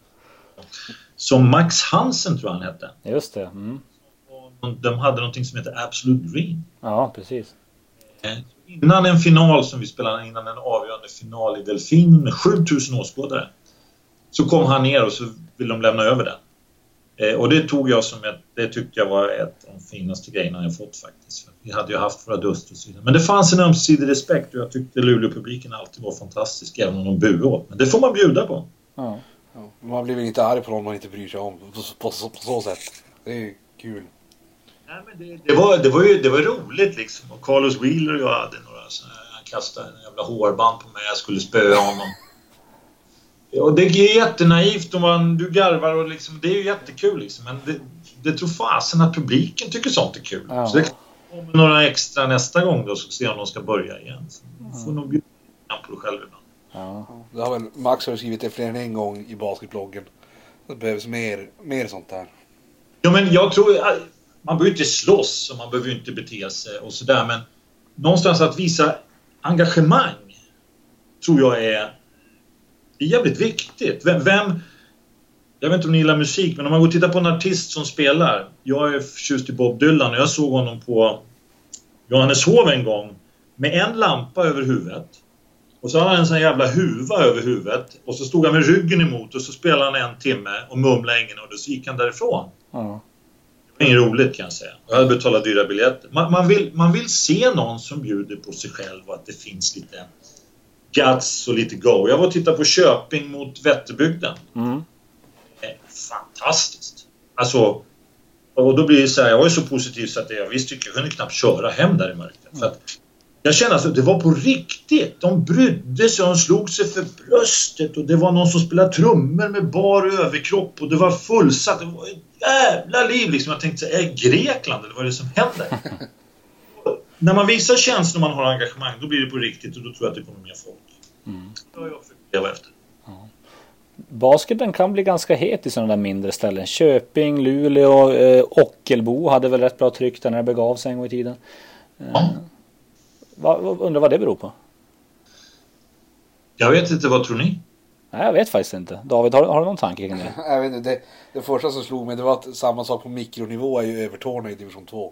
Som Max Hansen tror jag han hette. Just det. Mm. De hade någonting som heter Absolute Dream. Ja, precis. Innan en final som vi spelade, innan en avgörande final i Delfin med sjutusen åskådare, så kom han ner och så ville de lämna över den. Och det tog jag som ett, det tyckte jag var ett av de finaste grejerna jag fått faktiskt. För vi hade ju haft våra dust och så vidare. Men det fanns en ömsesidig respekt och jag tyckte Luleå-publiken alltid var fantastisk, även om de buade åt. Men det får man bjuda på. Ja. Ja, man blir väl inte arg på någon man inte bryr sig om på, på, på, på så sätt. Det är ju kul. Nej, men det, det, var, det, var ju, det var roligt liksom. Och Carlos Wheeler och jag hade några såna, han kastade en jävla hårband på mig, jag skulle spöa honom. Och det är jättenaivt och man, du garvar och liksom, det är ju jättekul liksom. Men det, det tror fasen att publiken tycker sånt är kul. Ja. Så det kommer några extra nästa gång då, så se om de ska börja igen. Så du får nog bjuda på det själv ibland. Ja. Det har väl Max har skrivit det fler än en gång i basketbloggen. Det behövs mer, mer sånt där. Ja, men jag tror, man behöver inte slåss och man behöver inte bete sig och sådär, men någonstans att visa engagemang tror jag är, är jävligt viktigt. Vem, vem, jag vet inte om ni gillar musik, men om man går och tittar på en artist som spelar, jag är förtjust i Bob Dylan och jag såg honom på Johanneshov en gång med en lampa över huvudet. Och så hade han en sån jävla huva över huvudet. Och så stod han med ryggen emot och så spelade han en timme och mumlade ingen och så gick han därifrån. Mm. Det var inget roligt kan jag säga. Jag hade betalat dyra biljetter. Man, man, vill, man vill se någon som bjuder på sig själv och att det finns lite guts och lite go. Jag var och tittade på Köping mot Vätterbygden. Mm. Fantastiskt. Alltså, och då blir det så här, jag var ju så positiv så att jag visste jag kunde knappt köra hem där i mörkret. Mm. För att jag känner att det var på riktigt. De brydde sig, de slog sig för bröstet och det var någon som spelade trummor med bar överkropp och det var fullsatt. Det var ett jävla liv liksom. Jag tänkte så här, är Grekland eller vad är det som händer? När man visar känslor och man har engagemang, då blir det på riktigt och då tror jag att det kommer mer folk. Mm. Det har jag försökt leva efter. Ja. Basketen kan bli ganska het i sådana där mindre ställen. Köping, Luleå, eh, Ockelbo hade väl rätt bra tryck där när det begav sig en gång i tiden. Eh. Ja. Vad, undrar vad det beror på? Jag vet inte, vad tror ni? Nej, jag vet faktiskt inte. David, har, har du någon tanke kring det? Jag vet inte, det, det första som slog mig det var att samma sak på mikronivå är ju Övertorneå i division två.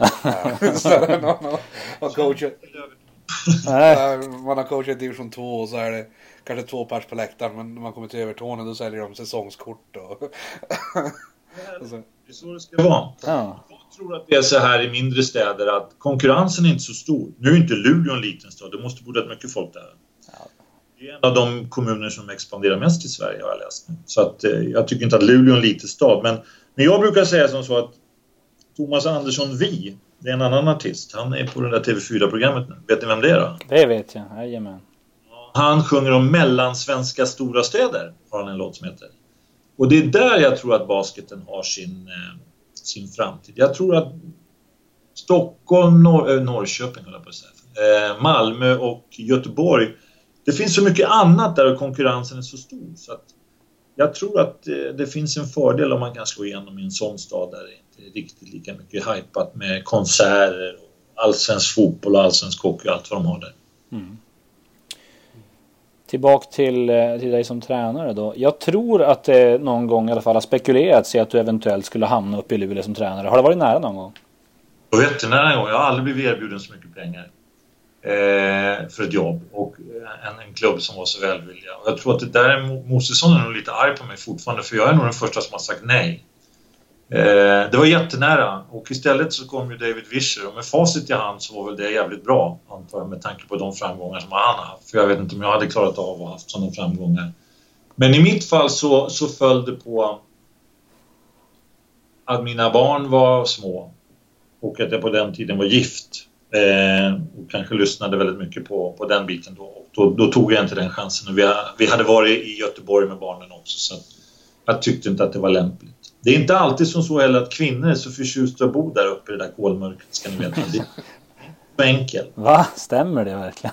man, coachar, man har coachat i division två och så är det kanske två pers på läktaren, men när man kommer till Övertorneå då säljer de säsongskort. Och och så. Det är så det ska vara. Ja. Jag tror att det är så här i mindre städer att konkurrensen är inte så stor. Nu är inte Luleå en liten stad, det måste bo rätt mycket folk där. Ja. Det är en av de kommuner som expanderar mest i Sverige har jag läst. Så att, eh, jag tycker inte att Luleå är en liten stad. Men, men jag brukar säga som så att Thomas Andersson Vi, det är en annan artist. Han är på det där T V fyra-programmet nu. Vet ni vem det är då? Det vet jag, jajamän. Han sjunger om mellansvenska stora städer, har han en låt som heter. Och det är där jag tror att basketen har sin, eh, sin framtid. Jag tror att Stockholm, Nor- äh, Norrköping, håller jag på att säga, eh, Malmö och Göteborg, det finns så mycket annat där och konkurrensen är så stor. Så att jag tror att eh, det finns en fördel om man kan slå igenom i en sån stad där det inte är riktigt lika mycket hypat med konserter och allsvensk fotboll och allsvensk hockey och allt vad de har där. Mm. Tillbaka till, till dig som tränare då. Jag tror att det någon gång i alla fall har spekulerats i att du eventuellt skulle hamna upp i Luleå som tränare. Har det varit nära någon gång? Jag var jättenära en gång. Jag har aldrig blivit erbjuden så mycket pengar eh, för ett jobb. Och en, en klubb som var så välvilliga. Och jag tror att det där är Mosesson är nog lite arg på mig fortfarande. För jag är nog den första som har sagt nej. Eh, det var jättenära. Och istället så kom ju David Vischer. Och med facit i hand så var väl det jävligt bra. Antar jag, med tanke på de framgångar som han har haft. För jag vet inte om jag hade klarat av att ha haft sådana framgångar. Men i mitt fall så, så föll det på att mina barn var små. Och att jag på den tiden var gift. Eh, och kanske lyssnade väldigt mycket på, på den biten då. Och då, då tog jag inte den chansen. Och vi, vi hade varit i Göteborg med barnen också, så att jag tyckte inte att det var lämpligt. Det är inte alltid som så heller att kvinnor är så förtjusta att bo där uppe i det där kolmörkret, ska ni veta. Det är så enkelt. Va? Stämmer det verkligen?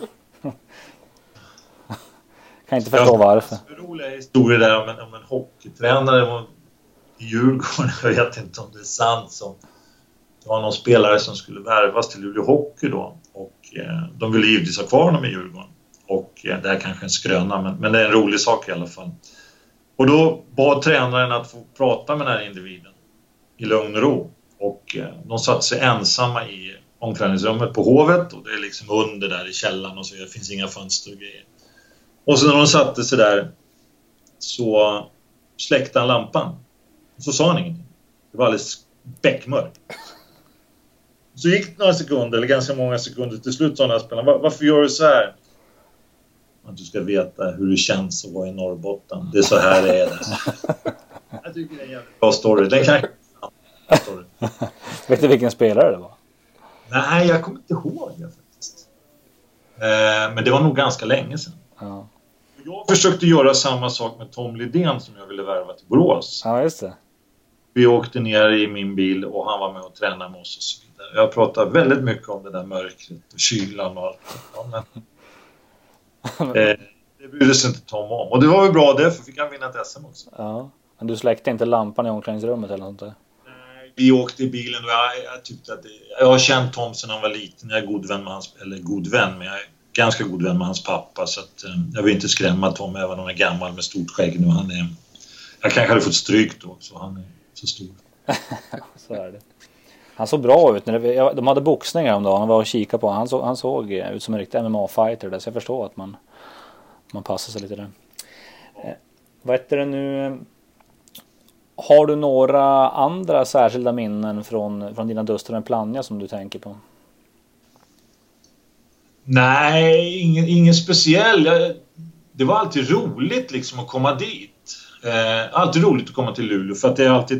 Kan inte förstå varför. Det är roliga historier där om en, om en hockeytränare i Djurgården. Jag vet inte om det är sant. Som, det var någon spelare som skulle värvas till Luleå Hockey då. Och eh, de ville givetvis ha kvar honom i Djurgården. Och eh, det är kanske en skröna, men, men det är en rolig sak i alla fall. Och då bad tränaren att få prata med den här individen i lugn och ro. Och eh, de satt sig ensamma i omklädningsrummet på Hovet. Och det är liksom under där i källaren och så. Det finns inga fönster och grejer. Och så när de satte sig där så släckte han lampan. Och så sa han ingenting. Det var alldeles bäckmörkt. Så gick det några sekunder, eller ganska många sekunder, till slut sa den här spelaren: Var, varför gör du så här? Att du ska veta hur det känns att vara i Norrbotten. Det är så här det är där. Jag tycker det är en jävligt bra story. Den kan jag... story. Vet du vilken spelare det var? Nej, jag kommer inte ihåg det faktiskt. Eh, men det var nog ganska länge sedan. Ja. Jag försökte göra samma sak med Tom Lidén som jag ville värva till Borås. Ja, just det. Vi åkte ner i min bil och han var med och tränade med oss och så vidare. Jag pratade väldigt mycket om det där mörkret och kylan och allt. Ja, men, eh, det brydde sig inte Tom om. Och det var väl bra det, för fick han vinna ett S M också. Ja, men du släckte inte lampan i omklädningsrummet eller något där? Nej, vi åkte i bilen och jag, jag tyckte att det, jag har känt Tom sedan han var liten. Jag är god vän med hans, eller god vän, men jag är ganska god vän med hans pappa, så att, eh, jag vill inte skrämma Tom även om han är gammal med stort skägg nu. Han är, jag kanske hade fått stryk då också, han är så stor. Så är det. Han såg bra ut. När det, de hade boxningar om dagen, han var och kikade på. Han, så, han såg ut som en riktig M M A-fighter där, så jag förstår att man, man passar sig lite där. Eh, vad heter det nu? Har du några andra särskilda minnen från, från dina duster med Plannja som du tänker på? Nej, ingen, ingen speciell. Jag, det var alltid roligt liksom att komma dit. Eh, alltid roligt att komma till Luleå, för att det är alltid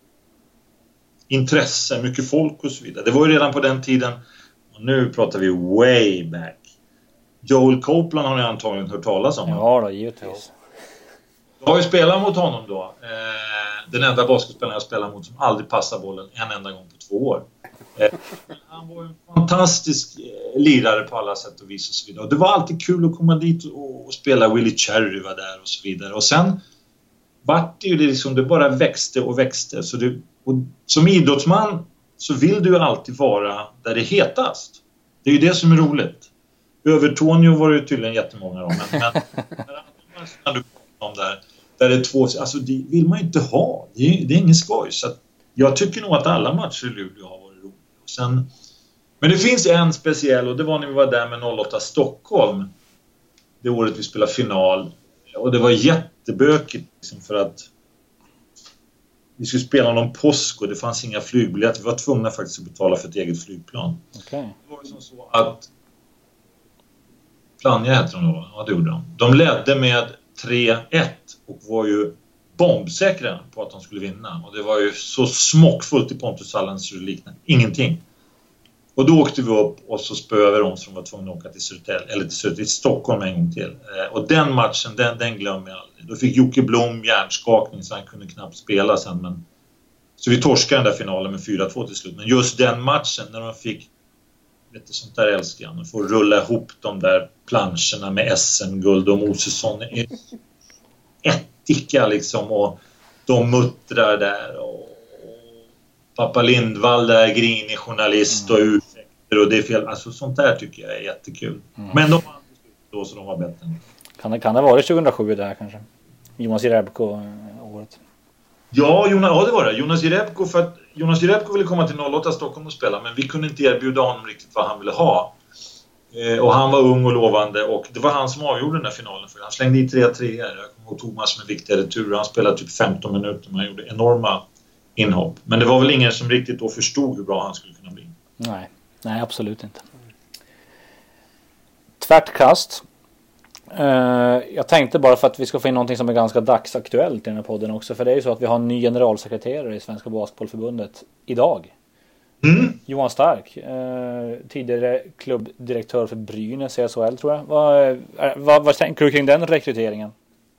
intresse, mycket folk och så vidare. Det var ju redan på den tiden, och nu pratar vi way back. Joel Copeland har ni antagligen hört talas om. Ja då, givetvis. Jag har ju spelat mot honom då. Eh, den enda basketspelaren jag spelar mot som aldrig passar bollen en enda gång på två år. Eh, han var en fantastisk eh, lirare på alla sätt och vis och så vidare. Och det var alltid kul att komma dit och, och spela. Willie Cherry var där och så vidare. Och sen vart det ju det liksom, det bara växte och växte. Så det, och som idrottsman så vill du ju alltid vara där det hetast. Det är ju det som är roligt. Övertonio var det ju tydligen jättemånga om. Men, men när du kom där, där det är två, alltså det vill man ju inte ha. Det är, det är ingen skoj. Så att jag tycker nog att alla matcher i Luleå har varit roliga. Och sen, men det finns en speciell, och det var när vi var där med noll åtta Stockholm. Det året vi spelade final. Och det var jättebökigt liksom, för att vi skulle spela någon påsk och det fanns inga flygbiljetter. Vi var tvungna faktiskt att betala för ett eget flygplan. Okay. Det var som så att Plannja heter de då. Ja, det gjorde de. De ledde med tre ett och var ju bombsäkra på att de skulle vinna. Och det var ju så smockfullt i Pontushallen så det liknade ingenting. Och då åkte vi upp och så spöade de som var tvungna att åka till Södertälje, eller till, Södertälje, till Stockholm en gång till. Och den matchen, den, den glömmer jag aldrig. Då fick Jocke Blom hjärnskakning så han kunde knappt spela sen. Men... Så vi torskade den där finalen med fyra två till slut. Men just den matchen när de fick, vet du, sånt där älskar jag, de får rulla ihop de där planscherna med S M-guld och Mosesson ättika liksom, och de muttrar där och pappa Lindvall där, grinig journalist och ursäkter och det är fel. Alltså sånt där tycker jag är jättekul. Mm. Men de var då så de var bättre. Kan det, kan det vara tjugohundrasju det här kanske? Jonas Jerebko-året. Ja, Jonas, ja, det var det. Jonas Jerebko, för att Jonas Jerebko ville komma till noll åtta Stockholm och spela, men vi kunde inte erbjuda honom riktigt vad han ville ha. Eh, och han var ung och lovande och det var han som avgjorde den här finalen. För han slängde i tre tre. Jag kommer ihåg Thomas med viktiga returer. Han spelade typ femton minuter men han gjorde enorma inhopp. Men det var väl ingen som riktigt då förstod hur bra han skulle kunna bli. Nej, nej absolut inte. Tvärtkast. Uh, jag tänkte bara för att vi ska få in någonting som är ganska dagsaktuellt i den här podden också. För det är ju så att vi har en ny generalsekreterare i Svenska Basketbollförbundet idag. Mm. Johan Stark, eh, tidigare klubbdirektör för Brynäs i S H L tror jag. Vad, vad, vad tänker du kring den rekryteringen?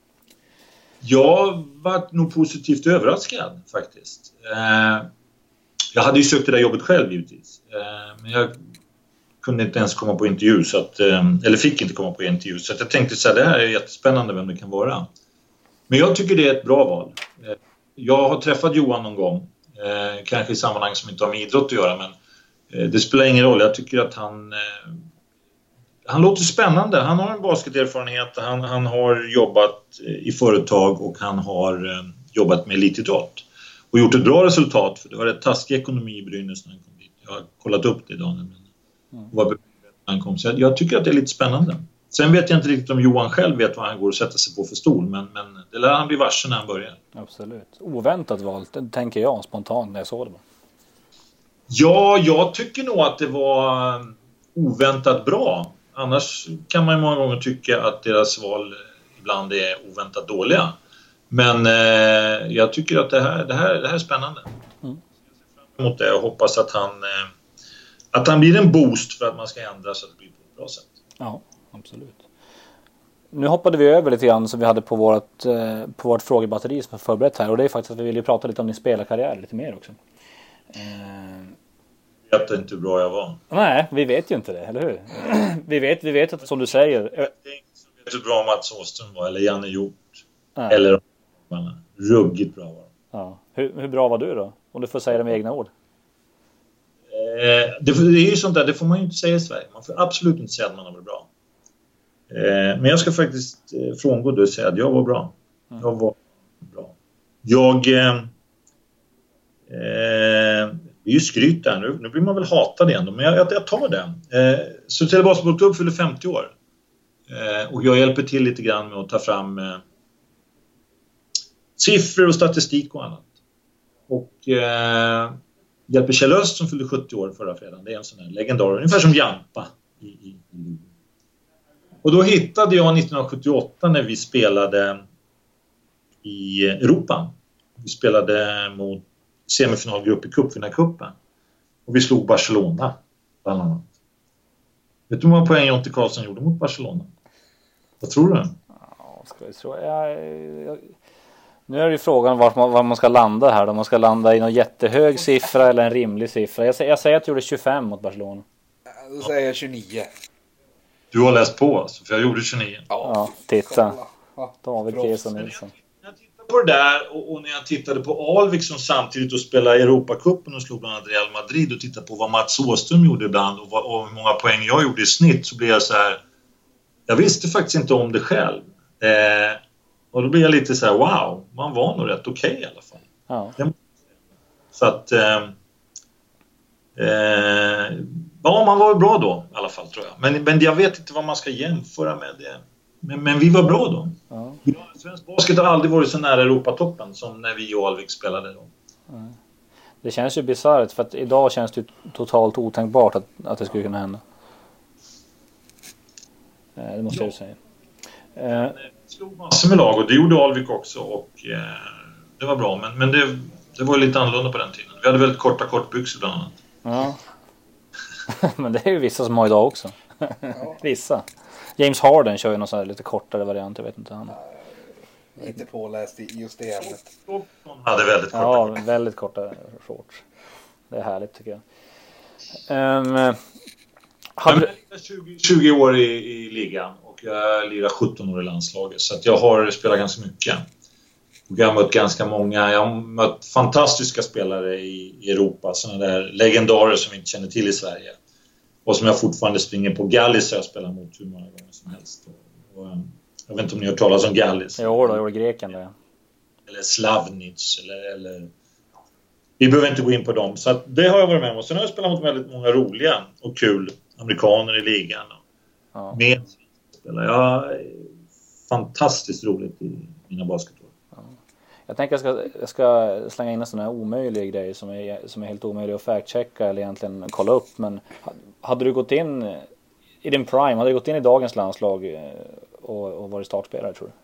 Jag var nog positivt överraskad faktiskt. Eh, jag hade ju sökt det där jobbet själv givetvis. Eh, men jag kunde inte ens komma på intervju, så att, eh, eller fick inte komma på intervju. Så att jag tänkte så här, det här är jättespännande vem det kan vara. Men jag tycker det är ett bra val. Eh, jag har träffat Johan någon gång. Eh, kanske i sammanhang som inte har med idrott att göra, men eh, det spelar ingen roll. Jag tycker att han... Eh, Han låter spännande. Han har en basketerfarenhet. Han, han har jobbat i företag och han har eh, jobbat med elitidrott. Och gjort ett bra resultat. För det var rätt taskig ekonomi i Brynäs när han kom dit. Jag har kollat upp det idag. Men mm. var han kom. Så jag, jag tycker att det är lite spännande. Sen vet jag inte riktigt om Johan själv vet vad han går att sätta sig på för stol. Men, men det lär han bli varse när han börjar. Absolut. Oväntat valt, tänker jag spontant när jag såg det. Ja, jag tycker nog att det var oväntat bra. Annars kan man ju många gånger tycka att deras val ibland är oväntat dåliga. Men eh, jag tycker att det här, det här, det här är spännande. Mm. Jag ser fram emot det och hoppas att han, eh, att han blir en boost för att man ska ändra så att det blir på ett bra sätt. Ja, absolut. Nu hoppade vi över lite grann som vi hade på vårt, eh, på vårt frågebatteri som är förberett här. Och det är faktiskt att vi vill ju prata lite om din spelarkarriär lite mer också. Eh... Jag vet inte hur bra jag var. Nej, vi vet ju inte det, eller hur? vi, vet, vi vet att, som du säger... Det är ingen som vet hur bra Mats Åström var, eller Janne Hjort. Nej. Eller ruggigt bra var. Ja. Hur, hur bra var du då? Om du får säga det med egna ord. Eh, det, det är ju sånt där, det får man ju inte säga i Sverige. Man får absolut inte säga att man har varit bra. Eh, men jag ska faktiskt eh, frångå det och säga att jag var bra. Mm. Jag var bra. Jag... Eh, eh, det är ju skryt där nu. Nu blir man väl hatad igen. Men jag, jag tar det. Eh, Södertälje Basketbollklubb fyller femtio år. Eh, och jag hjälper till lite grann med att ta fram eh, siffror och statistik och annat. Och eh, hjälper Kjell Öst som fyllde sjuttio år förra fredagen. Det är en sån här legendar. Ungefär som Jampa. I, i, i. Och då hittade jag nittonhundrasjuttioåtta när vi spelade i Europa. Vi spelade mot semifinalgrupp i cupvinnarcupen. Och vi slog Barcelona bland annat. Vet du hur många poäng Jonte Karlsson gjorde mot Barcelona? Vad tror du? Ja, ska vi tro. Jag, jag, nu är det ju frågan var man, var man ska landa här. Om man ska landa i någon jättehög siffra eller en rimlig siffra. Jag, jag säger att jag gjorde tjugofem mot Barcelona. Då säger jag tjugonio. Du har läst på alltså, för jag gjorde tjugonio. Ja, titta. David Keson Nilsson. På det där och, och när jag tittade på Alvik som samtidigt och spelade Europacupen och slog bland annat Real Madrid och tittade på vad Mats Åström gjorde ibland och, vad, och hur många poäng jag gjorde i snitt, så blev jag så här, jag visste faktiskt inte om det själv eh, och då blev jag lite så här, wow, man var nog rätt okej okay, i alla fall. Ja. Så att eh, eh, ja, man var bra då i alla fall tror jag, men, men jag vet inte vad man ska jämföra med det. Men, men vi var bra då. Ja. Svensk basket har aldrig varit så nära Europatoppen som när vi och Alvik spelade då. Ja. Det känns ju bisarrt för att idag känns det totalt otänkbart att, att det skulle kunna hända. Det måste ja. jag säga. Eh. Vi slog massor med lag och det gjorde Alvik också och eh, det var bra. Men, men det, det var lite annorlunda på den tiden. Vi hade väldigt korta kortbyxor bland annat. Ja. Men det är ju vissa som har idag också. Vissa. James Harden kör ju någon sån här lite kortare variant, jag vet inte han. Inte påläst i just det ämnet. Han hade väldigt korta. Ja, väldigt korta shorts. Det är härligt tycker jag. Um, hade... Jag är tjugo år i, i ligan och jag lirar sjutton år i landslaget. Så att jag har spelat ganska mycket. Och jag har mött ganska många. Jag har mött fantastiska spelare i Europa. Sådana där legendarer som vi inte känner till i Sverige. Och som jag fortfarande springer på. Gallis har jag spelat mot hur många gånger som helst. Och, och, jag vet inte om ni har hört talas om Gallis. Jo, då gjorde greken det. Eller Slavnic. Eller, eller... Vi behöver inte gå in på dem. Så att det har jag varit med om. Och sen har jag spelat mot väldigt många roliga och kul amerikaner i ligan. Ja. Med spelare. Jag har fantastiskt roligt i mina basketboll. Ja. Jag tänker jag ska, jag ska slänga in en sån här omöjlig grej som är, som är helt omöjlig att fact-checka eller egentligen kolla upp. Men hade du gått in i din prime, hade du gått in i dagens landslag och, och varit startspelare, tror du?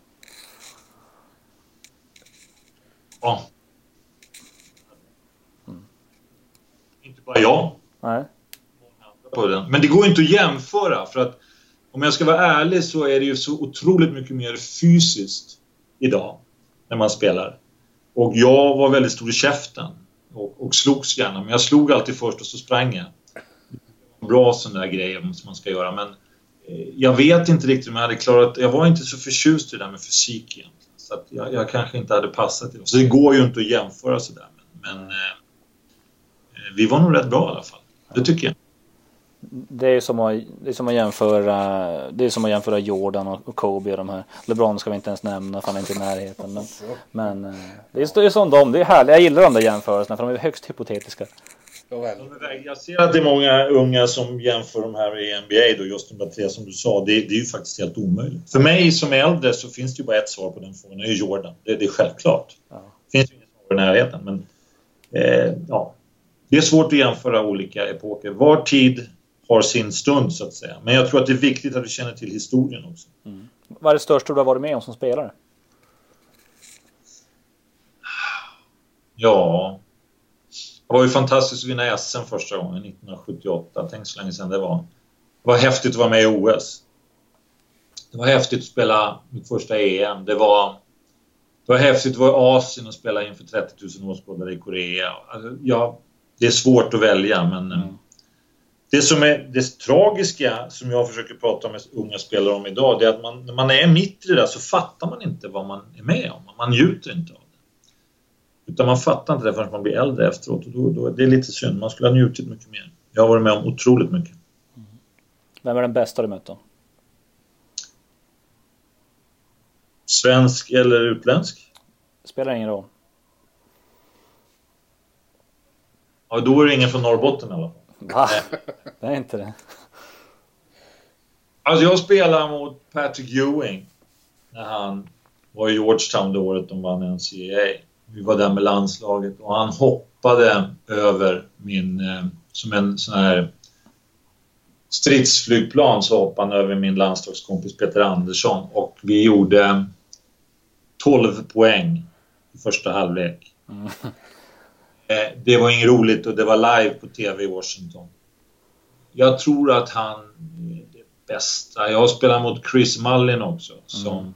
Ja. Mm. Inte bara jag. Nej. På den. Men det går inte att jämföra, för att om jag ska vara ärlig så är det ju så otroligt mycket mer fysiskt idag när man spelar. Och jag var väldigt stor i käften och, och slogs gärna, men jag slog alltid först och så sprang jag. Bra sådana där grejer som man ska göra, men eh, jag vet inte riktigt om jag hade klarat. Jag var inte så förtjust i det där med fysik egentligen, så att jag, jag kanske inte hade passat det. Så det går ju inte att jämföra sådär, men, men eh, vi var nog rätt bra i alla fall. Det tycker jag. Det är som att, det är som att jämföra det är som att jämföra Jordan och Kobe och de här. LeBron ska vi inte ens nämna, för han är inte i närheten, men, men det är ju som de, det är härligt. Jag gillar de där jämförelserna, för de är högst hypotetiska. Jag ser att det är många unga som jämför de här i N B A då, just de där tre som du sa. Det, det är ju faktiskt helt omöjligt. För mig som är äldre så finns det ju bara ett svar på den frågan, det är Jordan. Det, det är självklart. Ja. Det finns ju inget svar i närheten, men eh, ja. Det är svårt att jämföra olika epoker. Var tid har sin stund, så att säga. Men jag tror att det är viktigt att du känner till historien också. Mm. Vad är det största du har varit med om som spelare? Ja, det var ju fantastiskt att vinna S M första gången nittonhundrasjuttioåtta. Tänk så länge sedan det var. Det var häftigt att vara med i O S. Det var häftigt att spela mitt första E M. Det var, det var häftigt att vara i Asien och spela inför trettio tusen åskådare i Korea. Alltså, ja, det är svårt att välja, men mm. det som är det tragiska som jag försöker prata med unga spelare om idag, det är att man, när man är mitt i det där så fattar man inte vad man är med om. Man njuter inte av det. Utan man fattar inte det förrän man blir äldre efteråt. Och då, då, det är lite synd. Man skulle ha njutit mycket mer. Jag har varit med om otroligt mycket. Mm. Vem är den bästa du mött då? Svensk eller utländsk? Spelar ingen roll. Ja, då är det ingen från Norrbotten i alla fall. Va? Det är inte det. Alltså jag spelade mot Patrick Ewing när han var i Georgetown det året de vann N C A A. Vi var där med landslaget och han hoppade över min, eh, som en sån här stridsflygplan, så hoppade han över min landslagskompis Peter Andersson och vi gjorde tolv poäng i första halvlek. Mm. Eh, det var inget roligt och det var live på tv i Washington. Jag tror att han är det bästa. Jag spelar mot Chris Mullin också. Som mm.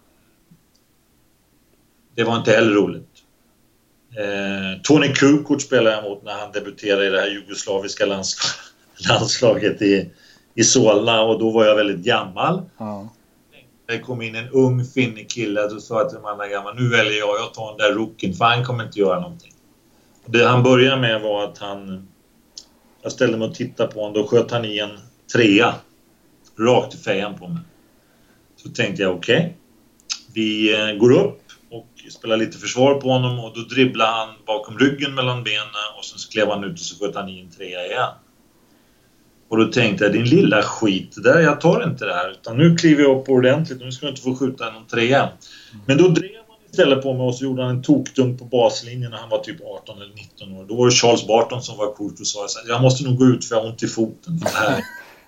Det var inte heller roligt. Eh, Tony Kukoc spelade jag mot när han debuterade i det här jugoslaviska landslag, landslaget i, i Solna, och då var jag väldigt gammal. Mm. Det kom in en ung finnig kille och sa till de andra gamla, nu väljer jag, jag tar den där rookien för han kommer inte göra någonting. Det han började med var att han, jag ställde mig och tittade på honom, då sköt han i en trea rakt i fejan på mig. Så tänkte jag okej, okay, vi går upp och spelar lite försvar på honom, och då dribblade han bakom ryggen mellan benen och sen klev han ut och så sköt han i en trea igen. Och då tänkte jag, din lilla skit där, jag tar inte det här, utan nu kliver jag upp ordentligt och nu ska jag inte få skjuta någon trea. Men då drev han istället på mig och så gjorde han en tokdunk på baslinjen när han var typ arton eller nitton år. Då var det Charles Barton som var kort och sa jag måste nog gå ut för jag har ont i foten. Det här.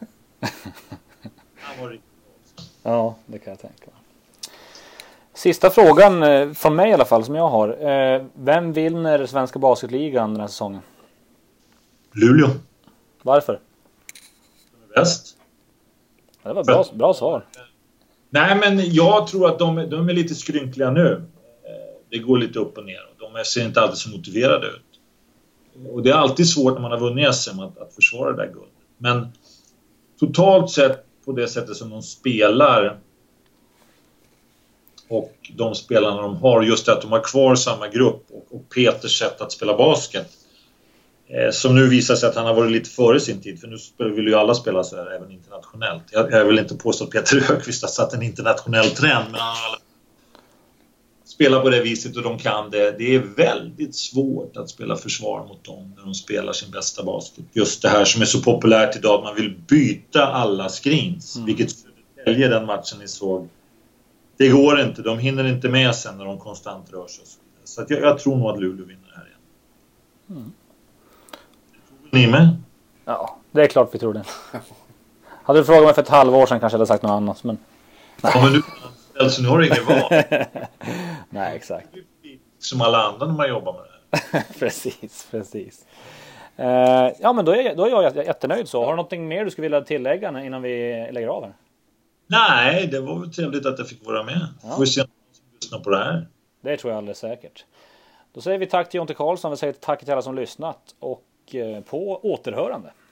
Han var riktigt bra. Ja, det kan jag tänka. Sista frågan från mig i alla fall som jag har. Vem vinner svenska basketligan den här säsongen? Luleå. Varför? Bäst. Ja, det var bra, bra svar. Nej, men jag tror att de, de är lite skrynkliga nu. Det går lite upp och ner. De ser inte alltid så motiverade ut. Och det är alltid svårt när man har vunnit S M att, att försvara det där guldet. Men totalt sett på det sättet som de spelar och de spelarna de har, just att de har kvar samma grupp och, och Peters sätt att spela basket. Som nu visar sig att han har varit lite före sin tid. För nu vill ju alla spela så här, även internationellt. Jag, jag vill inte påstå att Peter Högqvist har satt en internationell trend. Men alla spelar på det viset och de kan det. Det är väldigt svårt att spela försvar mot dem när de spelar sin bästa basket. Just det här som är så populärt idag, att man vill byta alla screens. Mm. Vilket väljer den matchen ni såg. Det går inte. De hinner inte med sen när de konstant rör sig. Så att jag, jag tror nog att Luleå vinner det här igen. Mm. Ni med? Ja, det är klart vi tror det. Hade du frågat mig för ett halvår sedan kanske jag hade sagt något annat. Men... Ja, men du, alltså, nu har du ingen val. Nej, exakt. Som alla andra när man jobbar med det här. precis, precis. Eh, ja, men då är, då är jag jättenöjd så. Har du någonting mer du skulle vilja tillägga innan vi lägger av här? Nej, det var väl trevligt att jag fick vara med. Ja. Får vi se om någon som lyssnar på det här. Det tror jag alldeles säkert. Då säger vi tack till Jonte Karlsson. Vi säger tack till alla som lyssnat. Och eh, på återhörande.